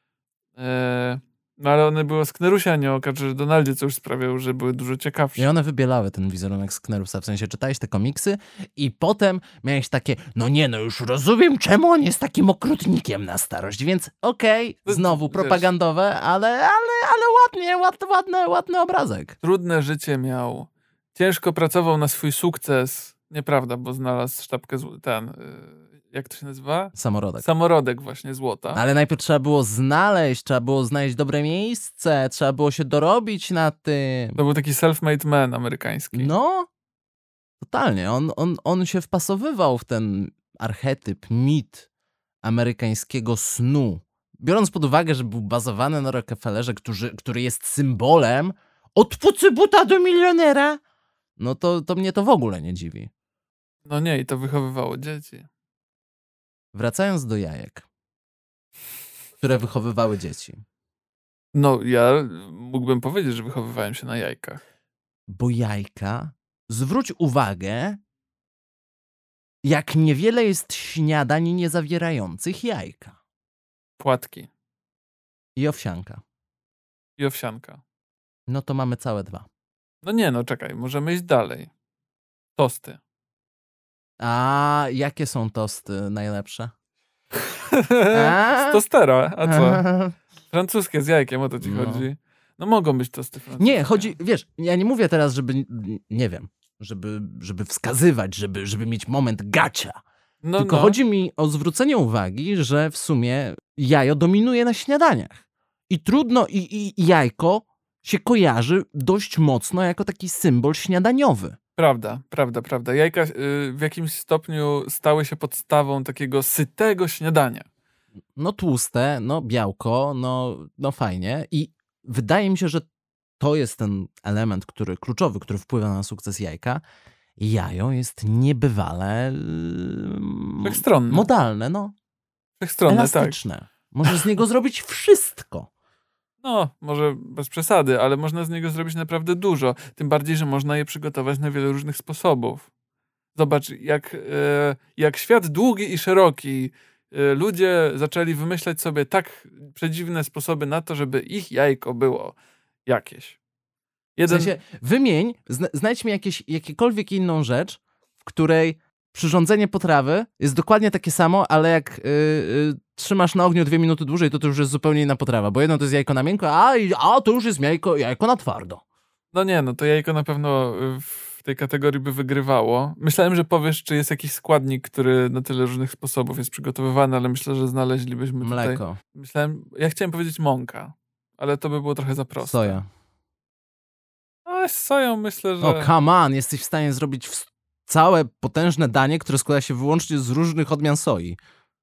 No ale one były o Sknerusie, a nie o Kaczorze Donaldzie, co już sprawiało, że były dużo ciekawsze. I one wybielały ten wizerunek Sknerusa, w sensie czytałeś te komiksy i potem miałeś takie, już rozumiem, czemu on jest takim okrutnikiem na starość, więc znowu propagandowe, ale ładny obrazek. Trudne życie miał. Ciężko pracował na swój sukces. Nieprawda, bo znalazł sztabkę jak to się nazywa? Samorodek. Samorodek właśnie, złota. Ale najpierw trzeba było znaleźć dobre miejsce, trzeba było się dorobić na tym. To był taki self-made man amerykański. No, totalnie. On się wpasowywał w ten archetyp, mit amerykańskiego snu. Biorąc pod uwagę, że był bazowany na Rockefellerze, który jest symbolem od pucybuta do milionera, no to mnie to w ogóle nie dziwi. No nie, i to wychowywało dzieci. Wracając do jajek, które wychowywały dzieci. No, ja mógłbym powiedzieć, że wychowywałem się na jajkach. Bo jajka, zwróć uwagę, jak niewiele jest śniadań nie zawierających jajka. Płatki. I owsianka. No to mamy całe 2. No nie, czekaj, możemy iść dalej. Tosty. A jakie są tosty najlepsze? Z tostera, a co? Francuskie z jajkiem, o to ci chodzi. No mogą być tosty francuskie. Nie, chodzi, wiesz, ja nie mówię teraz, żeby, nie wiem, żeby wskazywać, żeby mieć moment gacia. Tylko chodzi mi o zwrócenie uwagi, że w sumie jajo dominuje na śniadaniach. I trudno, i jajko się kojarzy dość mocno jako taki symbol śniadaniowy. Prawda. Jajka w jakimś stopniu stały się podstawą takiego sytego śniadania. No tłuste, no białko, no fajnie. I wydaje mi się, że to jest ten element, kluczowy, który wpływa na sukces jajka. Jajo jest niebywale wszechstronne. Modalne, no. Wszechstronne, elastyczne. Tak. Możesz z niego zrobić wszystko. No, może bez przesady, ale można z niego zrobić naprawdę dużo. Tym bardziej, że można je przygotować na wiele różnych sposobów. Zobacz, jak świat długi i szeroki, ludzie zaczęli wymyślać sobie tak przedziwne sposoby na to, żeby ich jajko było jakieś. W sensie, wymień, znajdź mi jakiekolwiek inną rzecz, w której przyrządzenie potrawy jest dokładnie takie samo, ale jak trzymasz na ogniu 2 minuty dłużej, to już jest zupełnie inna potrawa, bo jedno to jest jajko na miękko, a to już jest jajko na twardo. No nie, to jajko na pewno w tej kategorii by wygrywało. Myślałem, że powiesz, czy jest jakiś składnik, który na tyle różnych sposobów jest przygotowywany, ale myślę, że znaleźlibyśmy mleko. Ja chciałem powiedzieć mąka, ale to by było trochę za proste. Soja. No z soją myślę, że... O, come on, jesteś w stanie zrobić całe potężne danie, które składa się wyłącznie z różnych odmian soi.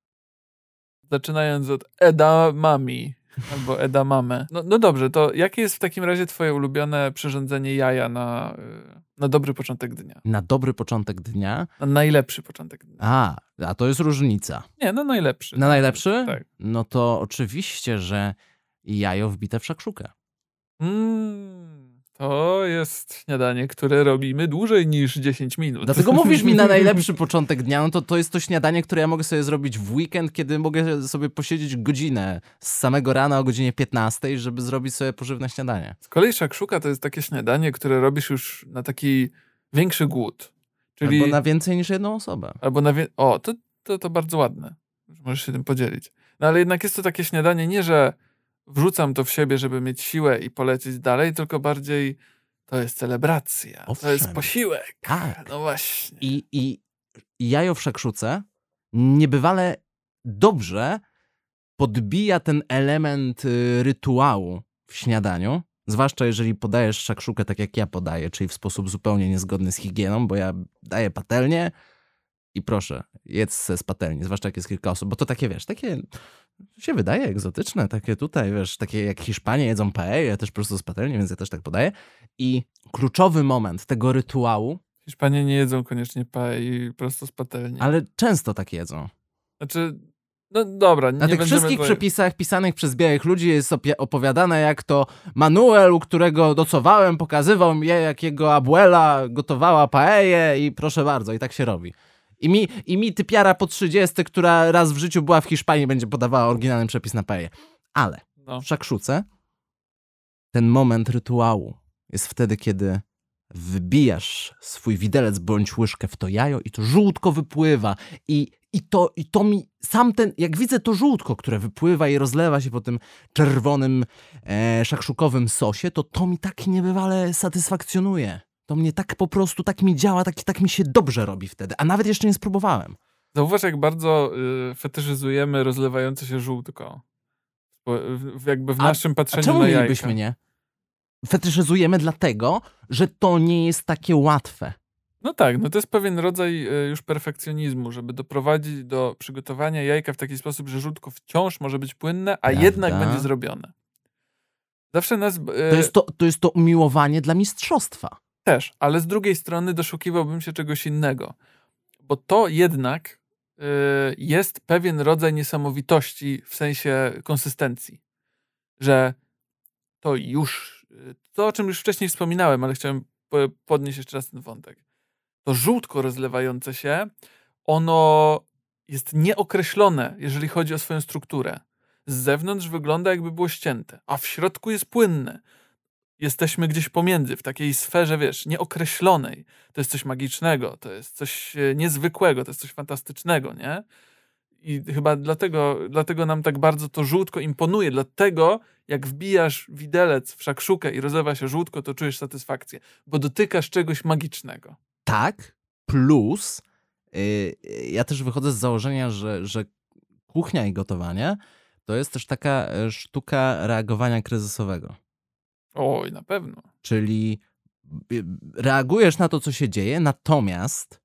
Zaczynając od edamami albo edamame. No dobrze, to jakie jest w takim razie twoje ulubione przyrządzenie jaja na dobry początek dnia? Na dobry początek dnia? Na najlepszy początek dnia. A to jest różnica. Nie, na najlepszy. Na najlepszy? Tak. No to oczywiście, że jajo wbite w szakszukę. To jest śniadanie, które robimy dłużej niż 10 minut. Dlatego mówisz mi na najlepszy początek dnia, no to jest to śniadanie, które ja mogę sobie zrobić w weekend, kiedy mogę sobie posiedzieć godzinę z samego rana o godzinie 15, żeby zrobić sobie pożywne śniadanie. Z kolei szakszuka to jest takie śniadanie, które robisz już na taki większy głód. Czyli... Albo na więcej niż jedną osobę. Albo na to bardzo ładne. Możesz się tym podzielić. No ale jednak jest to takie śniadanie, nie że wrzucam to w siebie, żeby mieć siłę i polecieć dalej, tylko bardziej to jest celebracja. Owszem. To jest posiłek. Tak. No właśnie. I jajo w szakszuce niebywale dobrze podbija ten element rytuału w śniadaniu. Zwłaszcza jeżeli podajesz szakszukę tak jak ja podaję, czyli w sposób zupełnie niezgodny z higieną, bo ja daję patelnię i proszę, jedz z patelni, zwłaszcza jak jest kilka osób, bo to takie, wiesz, takie się wydaje egzotyczne, takie tutaj, wiesz, takie jak Hiszpanie jedzą paella, też prosto z patelni, więc ja też tak podaję. I kluczowy moment tego rytuału... Hiszpanie nie jedzą koniecznie paelli prosto z patelni. Ale często tak jedzą. Znaczy... No dobra, nie na tych wszystkich przepisach pisanych przez białych ludzi jest opowiadane, jak to Manuel, u którego docowałem, pokazywał mi, jak jego abuela gotowała paellę i proszę bardzo, i tak się robi. I mi typiara po 30, która raz w życiu była w Hiszpanii, będzie podawała oryginalny przepis na paellę. Ale w szakszuce ten moment rytuału jest wtedy, kiedy wbijasz swój widelec bądź łyżkę w to jajo i to żółtko wypływa i to mi sam ten, jak widzę to żółtko, które wypływa i rozlewa się po tym czerwonym szakszukowym sosie, to mi tak niebywale satysfakcjonuje. To mnie tak po prostu, tak mi działa, tak mi się dobrze robi wtedy, a nawet jeszcze nie spróbowałem. Zauważ, jak bardzo fetyszyzujemy rozlewające się żółtko. Jakby w naszym patrzeniu czemu na jajka. mielibyśmy nie? Fetyszyzujemy dlatego, że to nie jest takie łatwe. No tak, no to jest pewien rodzaj już perfekcjonizmu, żeby doprowadzić do przygotowania jajka w taki sposób, że żółtko wciąż może być płynne, a Prawda? jednak będzie zrobione. Zawsze nas... To jest to umiłowanie dla mistrzostwa. Też, ale z drugiej strony doszukiwałbym się czegoś innego. Bo to jednak jest pewien rodzaj niesamowitości w sensie konsystencji. Że to już... To, o czym już wcześniej wspominałem, ale chciałem podnieść jeszcze raz ten wątek. To żółtko rozlewające się, ono jest nieokreślone, jeżeli chodzi o swoją strukturę. Z zewnątrz wygląda, jakby było ścięte, a w środku jest płynne. Jesteśmy gdzieś pomiędzy, w takiej sferze, wiesz, nieokreślonej. To jest coś magicznego, to jest coś niezwykłego, to jest coś fantastycznego, nie? I chyba dlatego nam tak bardzo to żółtko imponuje. Dlatego jak wbijasz widelec w szakszukę i rozlewa się żółtko, to czujesz satysfakcję, bo dotykasz czegoś magicznego. Tak, plus ja też wychodzę z założenia, że kuchnia i gotowanie to jest też taka sztuka reagowania kryzysowego. Oj, na pewno. Czyli reagujesz na to, co się dzieje, natomiast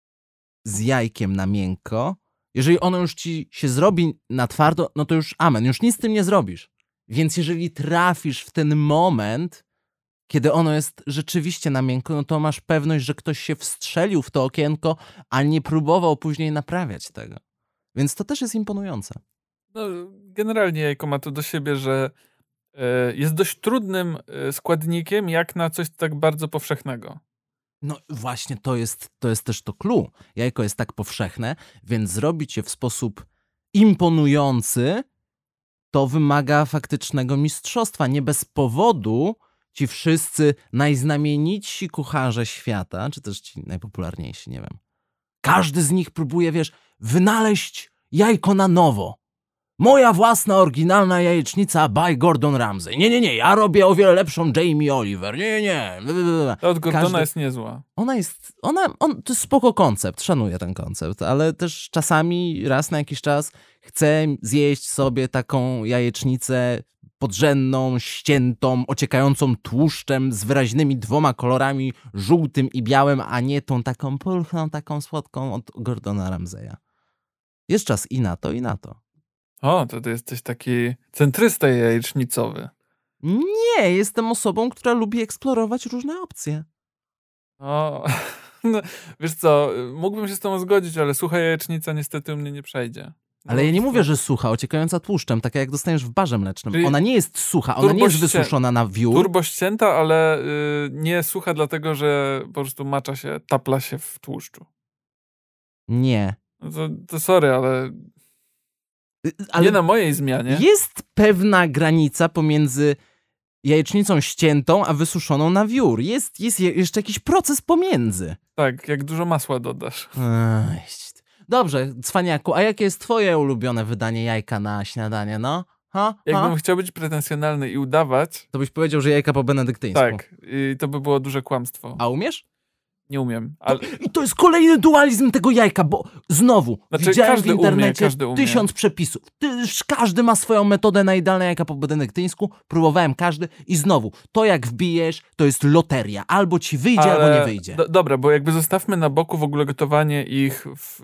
z jajkiem na miękko, jeżeli ono już ci się zrobi na twardo, no to już amen, już nic z tym nie zrobisz. Więc jeżeli trafisz w ten moment, kiedy ono jest rzeczywiście na miękko, no to masz pewność, że ktoś się wstrzelił w to okienko, a nie próbował później naprawiać tego. Więc to też jest imponujące. No, generalnie jajko ma to do siebie, że jest dość trudnym składnikiem, jak na coś tak bardzo powszechnego. No właśnie, to jest też to clue. Jajko jest tak powszechne, więc zrobić je w sposób imponujący to wymaga faktycznego mistrzostwa. Nie bez powodu ci wszyscy najznamienitsi kucharze świata, czy też ci najpopularniejsi, nie wiem. Każdy z nich próbuje, wiesz, wynaleźć jajko na nowo. Moja własna, oryginalna jajecznica by Gordon Ramsay. Nie, ja robię o wiele lepszą Jamie Oliver. Nie. To od Gordona jest niezła. To jest spoko koncept, szanuję ten koncept, ale też czasami, raz na jakiś czas chcę zjeść sobie taką jajecznicę podrzędną, ściętą, ociekającą tłuszczem, z wyraźnymi 2 kolorami, żółtym i białym, a nie tą taką pulchną, taką słodką od Gordona Ramsaya. Jest czas i na to, i na to. O, to ty jesteś taki centrysta jajecznicowy. Nie, jestem osobą, która lubi eksplorować różne opcje. O, no, wiesz co, mógłbym się z tobą zgodzić, ale sucha jajecznica niestety u mnie nie przejdzie. Ale ja nie mówię, że sucha, ociekająca tłuszczem, taka jak dostaniesz w barze mlecznym. Czyli ona nie jest sucha, ona nie jest wysuszona na wiór. Turbo ścięta, ale nie sucha dlatego, że po prostu macza się, tapla się w tłuszczu. Nie. No to sorry, ale nie na mojej zmianie. Jest pewna granica pomiędzy jajecznicą ściętą, a wysuszoną na wiór. Jest jeszcze jakiś proces pomiędzy. Tak, jak dużo masła dodasz. Dobrze, cwaniaku, a jakie jest twoje ulubione wydanie jajka na śniadanie, no? Jakbym chciał być pretensjonalny i udawać... To byś powiedział, że jajka po benedyktyńsku. Tak, i to by było duże kłamstwo. A umiesz? Nie umiem. Ale... I to jest kolejny dualizm tego jajka, bo znowu widziałem w internecie 1000 przepisów. Każdy ma swoją metodę na idealne jajka po benedyktyńsku. Próbowałem każdy i znowu, to jak wbijesz, to jest loteria. Albo ci wyjdzie, albo nie wyjdzie. Dobra, bo jakby zostawmy na boku w ogóle gotowanie ich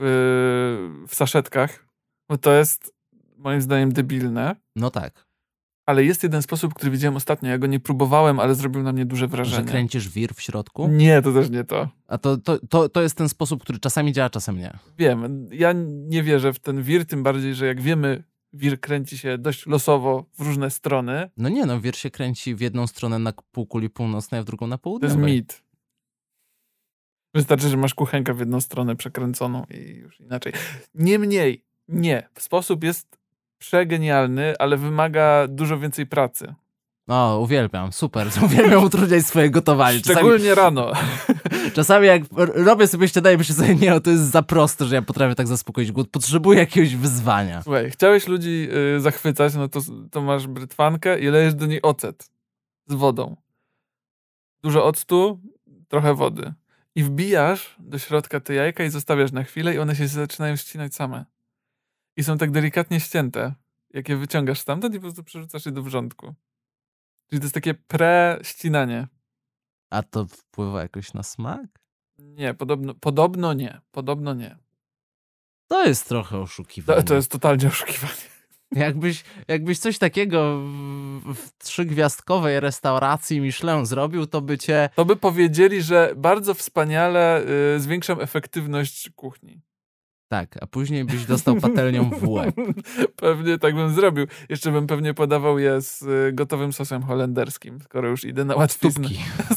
w saszetkach, bo to jest moim zdaniem debilne. No tak. Ale jest jeden sposób, który widziałem ostatnio. Ja go nie próbowałem, ale zrobił na mnie duże wrażenie. Że kręcisz wir w środku? Nie, to też nie to. A to jest ten sposób, który czasami działa, czasem nie. Wiem. Ja nie wierzę w ten wir, tym bardziej, że jak wiemy, wir kręci się dość losowo w różne strony. No nie, wir się kręci w jedną stronę na półkuli północnej, a w drugą na południowej. To jest mit. Wystarczy, że masz kuchenkę w jedną stronę przekręconą i już inaczej. Niemniej, nie. Sposób jest przegenialny, ale wymaga dużo więcej pracy. O, uwielbiam, super. Uwielbiam utrudniać swoje gotowanie. Szczególnie rano. Czasami jak robię sobie śniadanie, myślę sobie, nie, to jest za proste, że ja potrafię tak zaspokoić głód. Potrzebuję jakiegoś wyzwania. Słuchaj, chciałeś ludzi zachwycać, no to masz brytwankę i lejesz do niej ocet z wodą. Dużo octu, trochę wody. I wbijasz do środka te jajka i zostawiasz na chwilę i one się zaczynają ścinać same. I są tak delikatnie ścięte. Jak je wyciągasz stamtąd i po prostu przerzucasz je do wrzątku. Czyli to jest takie pre-ścinanie. A to wpływa jakoś na smak? Nie, podobno nie. Podobno nie. To jest trochę oszukiwanie. To jest totalnie oszukiwanie. Jakbyś coś takiego w 3-gwiazdkowej restauracji Michelin zrobił, to by cię... To by powiedzieli, że bardzo wspaniale zwiększam efektywność kuchni. Tak, a później byś dostał patelnią w łeb. Pewnie tak bym zrobił. Jeszcze bym pewnie podawał je z gotowym sosem holenderskim, skoro już idę na łatwiznę.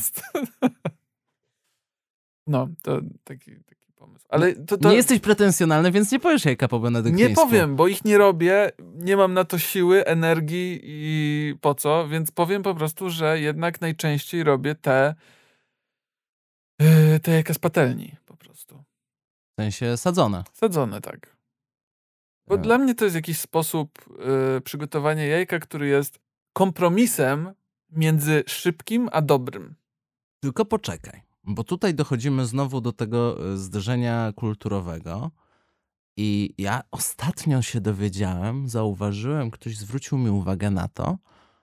No, to taki pomysł. Ale to... Nie jesteś pretensjonalny, więc nie powiesz jajka po benedyktyńsku. Nie powiem, bo ich nie robię, nie mam na to siły, energii i po co, więc powiem po prostu, że jednak najczęściej robię te jajka z patelni po prostu. W sensie sadzone. Sadzone, tak. Bo dla mnie to jest jakiś sposób przygotowania jajka, który jest kompromisem między szybkim a dobrym. Tylko poczekaj, bo tutaj dochodzimy znowu do tego zderzenia kulturowego i ja ostatnio się dowiedziałem, zauważyłem, ktoś zwrócił mi uwagę na to,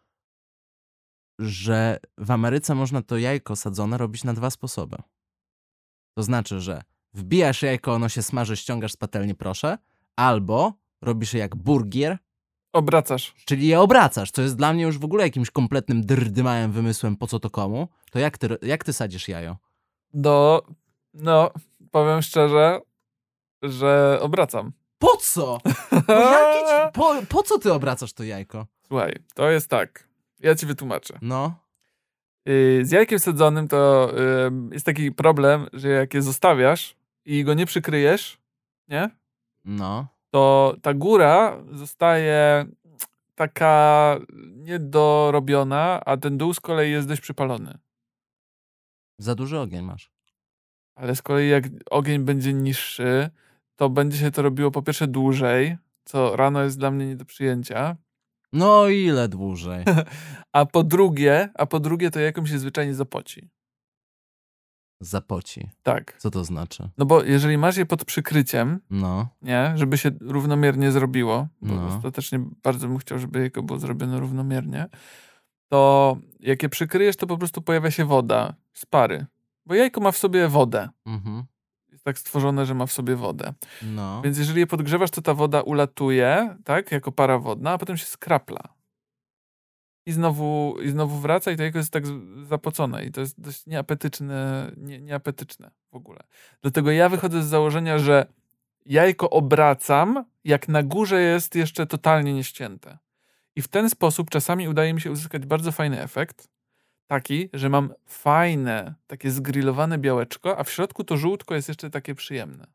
że w Ameryce można to jajko sadzone robić na 2 sposoby. To znaczy, że wbijasz jajko, ono się smaży, ściągasz z patelni, proszę, albo robisz je jak burgier. Obracasz. Czyli je obracasz, co jest dla mnie już w ogóle jakimś kompletnym drdymałem wymysłem, po co to komu. To jak ty sadzisz jajo? No, powiem szczerze, że obracam. Po co? Po co ty obracasz to jajko? Słuchaj, to jest tak. Ja ci wytłumaczę. No. Z jajkiem sadzonym to jest taki problem, że jak je zostawiasz i go nie przykryjesz, nie? No. To ta góra zostaje taka niedorobiona, a ten dół z kolei jest dość przypalony. Za duży ogień masz. Ale z kolei jak ogień będzie niższy, to będzie się to robiło po pierwsze dłużej, co rano jest dla mnie nie do przyjęcia. No ile dłużej? A po drugie to jajko się zwyczajnie zapoci. Zapoci? Tak. Co to znaczy? No bo jeżeli masz je pod przykryciem, no, nie, żeby się równomiernie zrobiło, bo no, ostatecznie bardzo bym chciał, żeby jajko było zrobione równomiernie, to jak je przykryjesz, to po prostu pojawia się woda z pary. Bo jajko ma w sobie wodę. Mhm. Jest tak stworzone, że ma w sobie wodę. No. Więc jeżeli je podgrzewasz, to ta woda ulatuje, tak, jako para wodna, a potem się skrapla. I znowu wraca i to jajko jest tak zapocone. I to jest dość nieapetyczne w ogóle. Dlatego ja wychodzę z założenia, że jajko obracam, jak na górze jest jeszcze totalnie nieścięte. I w ten sposób czasami udaje mi się uzyskać bardzo fajny efekt. Taki, że mam fajne, takie zgrillowane białeczko, a w środku to żółtko jest jeszcze takie przyjemne.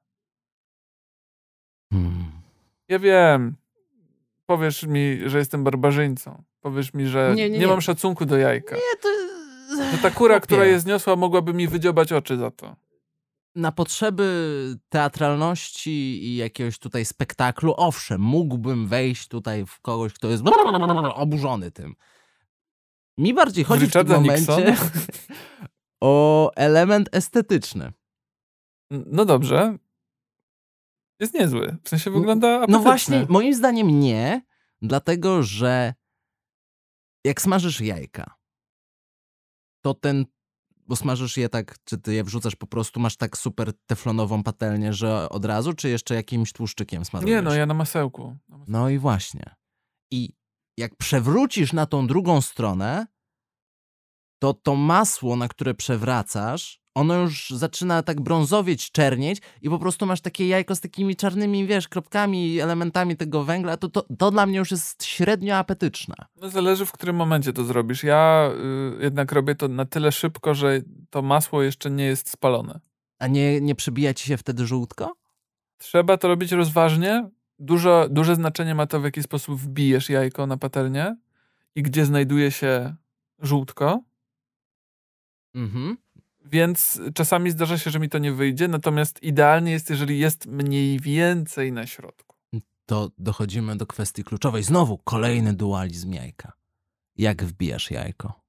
Ja wiem, powiesz mi, że jestem barbarzyńcą. Powiesz mi, że nie mam szacunku do jajka. Nie, to... Że ta kura, która je zniosła, mogłaby mi wydziobać oczy za to. Na potrzeby teatralności i jakiegoś tutaj spektaklu, owszem, mógłbym wejść tutaj w kogoś, kto jest oburzony tym. Mi bardziej chodzi w tym momencie o element estetyczny. No dobrze. Jest niezły. W sensie wygląda apetycznie. No właśnie, moim zdaniem nie, dlatego że jak smażysz jajka, to bo smażysz je tak, czy ty je wrzucasz po prostu, masz tak super teflonową patelnię, że od razu, czy jeszcze jakimś tłuszczykiem smarujesz? Nie, no ja na masełku. No i właśnie. I jak przewrócisz na tą drugą stronę, to masło, na które przewracasz, ono już zaczyna tak brązowieć, czernieć i po prostu masz takie jajko z takimi czarnymi, kropkami i elementami tego węgla, to dla mnie już jest średnio apetyczne. No zależy, w którym momencie to zrobisz. Ja jednak robię to na tyle szybko, że to masło jeszcze nie jest spalone. A nie przebija ci się wtedy żółtko? Trzeba to robić rozważnie. Duże znaczenie ma to, w jaki sposób wbijesz jajko na patelnię i gdzie znajduje się żółtko. Mhm. Więc czasami zdarza się, że mi to nie wyjdzie, natomiast idealnie jest, jeżeli jest mniej więcej na środku. To dochodzimy do kwestii kluczowej. Znowu kolejny dualizm jajka. Jak wbijasz jajko?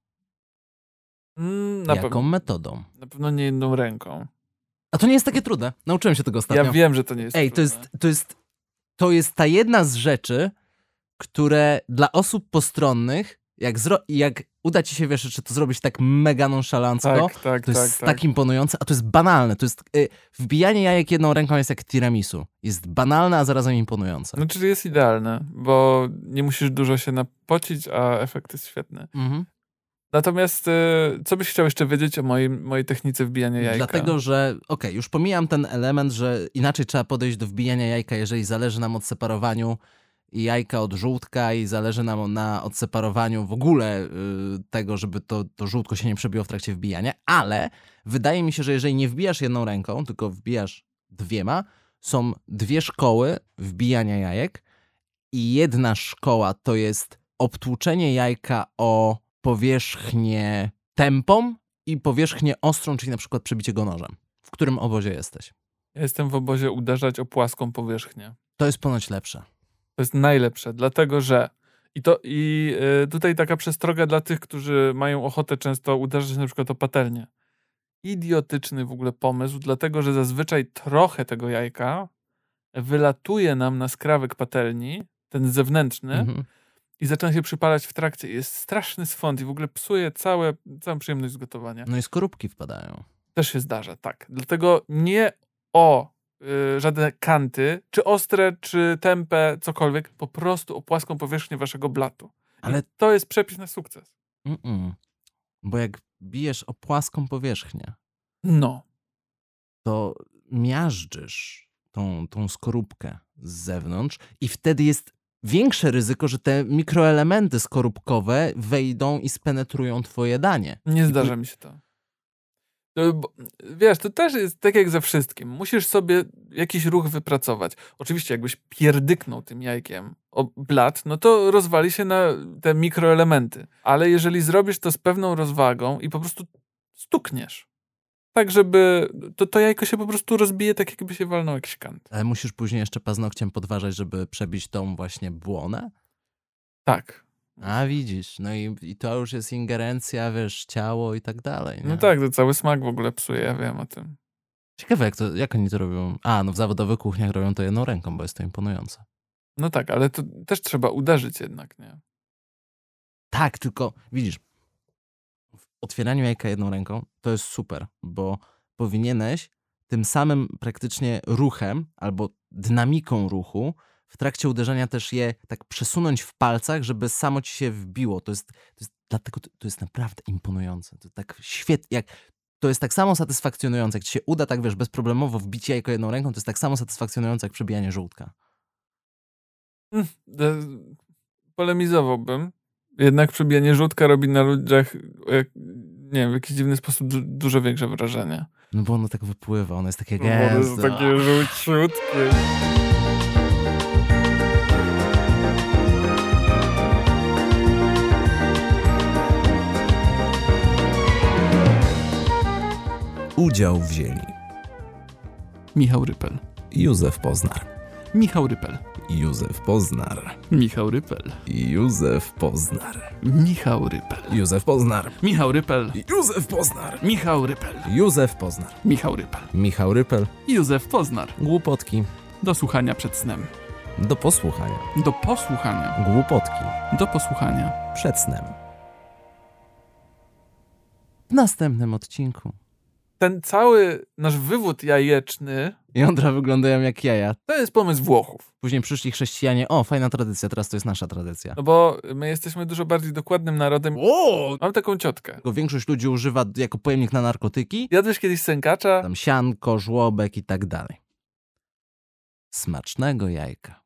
Jaką metodą? Na pewno nie jedną ręką. A to nie jest takie trudne. Nauczyłem się tego ostatnio. Ja wiem, że to nie jest trudne. To jest ta jedna z rzeczy, które dla osób postronnych, jak uda ci się, czy to zrobić tak mega nonszalancko, to jest tak imponujące, a to jest banalne. To jest wbijanie jajek jedną ręką jest jak tiramisu. Jest banalne, a zarazem imponujące. No, czyli jest idealne, bo nie musisz dużo się napocić, a efekt jest świetny. Mhm. Natomiast co byś chciał jeszcze wiedzieć o mojej technice wbijania jajka? Dlatego, że już pomijam ten element, że inaczej trzeba podejść do wbijania jajka, jeżeli zależy nam od separowaniu jajka od żółtka i zależy nam na odseparowaniu w ogóle tego, żeby to żółtko się nie przebiło w trakcie wbijania, ale wydaje mi się, że jeżeli nie wbijasz jedną ręką, tylko wbijasz dwiema, są dwie szkoły wbijania jajek i jedna szkoła to jest obtłuczenie jajka o powierzchnię tępą i powierzchnię ostrą, czyli na przykład przebicie go nożem. W którym obozie jesteś? Ja jestem w obozie uderzać o płaską powierzchnię. To jest ponoć lepsze. To jest najlepsze, dlatego że tutaj taka przestroga dla tych, którzy mają ochotę często uderzać na przykład o patelnię. Idiotyczny w ogóle pomysł, dlatego że zazwyczaj trochę tego jajka wylatuje nam na skrawek patelni, ten zewnętrzny, i zaczyna się przypalać w trakcie. Jest straszny swąd i w ogóle psuje całą przyjemność z gotowania. No i skorupki wpadają. Też się zdarza, tak. Dlatego nie żadne kanty, czy ostre, czy tępe, cokolwiek, po prostu o płaską powierzchnię waszego blatu. Ale to jest przepis na sukces. Bo jak bijesz o płaską powierzchnię, to miażdżysz tą skorupkę z zewnątrz i wtedy jest większe ryzyko, że te mikroelementy skorupkowe wejdą i spenetrują twoje danie. Nie zdarza mi się to. Wiesz, to też jest tak jak ze wszystkim. Musisz sobie jakiś ruch wypracować. Oczywiście jakbyś pierdyknął tym jajkiem o blat, no to rozwali się na te mikroelementy. Ale jeżeli zrobisz to z pewną rozwagą i po prostu stukniesz, tak żeby to jajko się po prostu rozbije, tak jakby się walnął jakiś kant. Ale musisz później jeszcze paznokciem podważać, żeby przebić tą właśnie błonę? Tak. A widzisz, no i to już jest ingerencja, ciało i tak dalej. Nie? No tak, to cały smak w ogóle psuje, ja wiem o tym. Ciekawe, jak oni to robią. No w zawodowych kuchniach robią to jedną ręką, bo jest to imponujące. No tak, ale to też trzeba uderzyć jednak, nie? Tak, tylko widzisz, w otwieraniu jajka jedną ręką to jest super, bo powinieneś tym samym praktycznie ruchem albo dynamiką ruchu w trakcie uderzenia też je tak przesunąć w palcach, żeby samo ci się wbiło. Dlatego to jest naprawdę imponujące. To tak świetnie, to jest tak samo satysfakcjonujące. Jak ci się uda tak, wiesz, bezproblemowo wbić jajko jedną ręką, to jest tak samo satysfakcjonujące jak przebijanie żółtka. Polemizowałbym. Jednak przebijanie żółtka robi na ludziach, nie wiem, w jakiś dziwny sposób dużo większe wrażenie. No bo ono tak wypływa, ono jest takie gęste. Ono jest takie żółciutkie. Udział wzięli Michał Rypel, Józef Poznar, Michał Rypel, Józef Poznar, Michał Rypel, Józef Poznar, Michał Rypel, Józef Poznar, Michał Rypel, Józef Poznar, Michał Rypel, Józef Poznar, Michał Rypel, Michał Rypel, Józef Poznar. Głupotki. Do słuchania przed snem. Do posłuchania. Do posłuchania. Głupotki. Do posłuchania. Przed snem. W następnym odcinku. Ten cały nasz wywód jajeczny... Jądra wyglądają jak jaja. To jest pomysł Włochów. Później przyszli chrześcijanie. O, fajna tradycja, teraz to jest nasza tradycja. No bo my jesteśmy dużo bardziej dokładnym narodem. Mam taką ciotkę. Większość ludzi używa jako pojemnik na narkotyki. Jadłeś kiedyś sękacza? Tam sianko, żłobek i tak dalej. Smacznego jajka.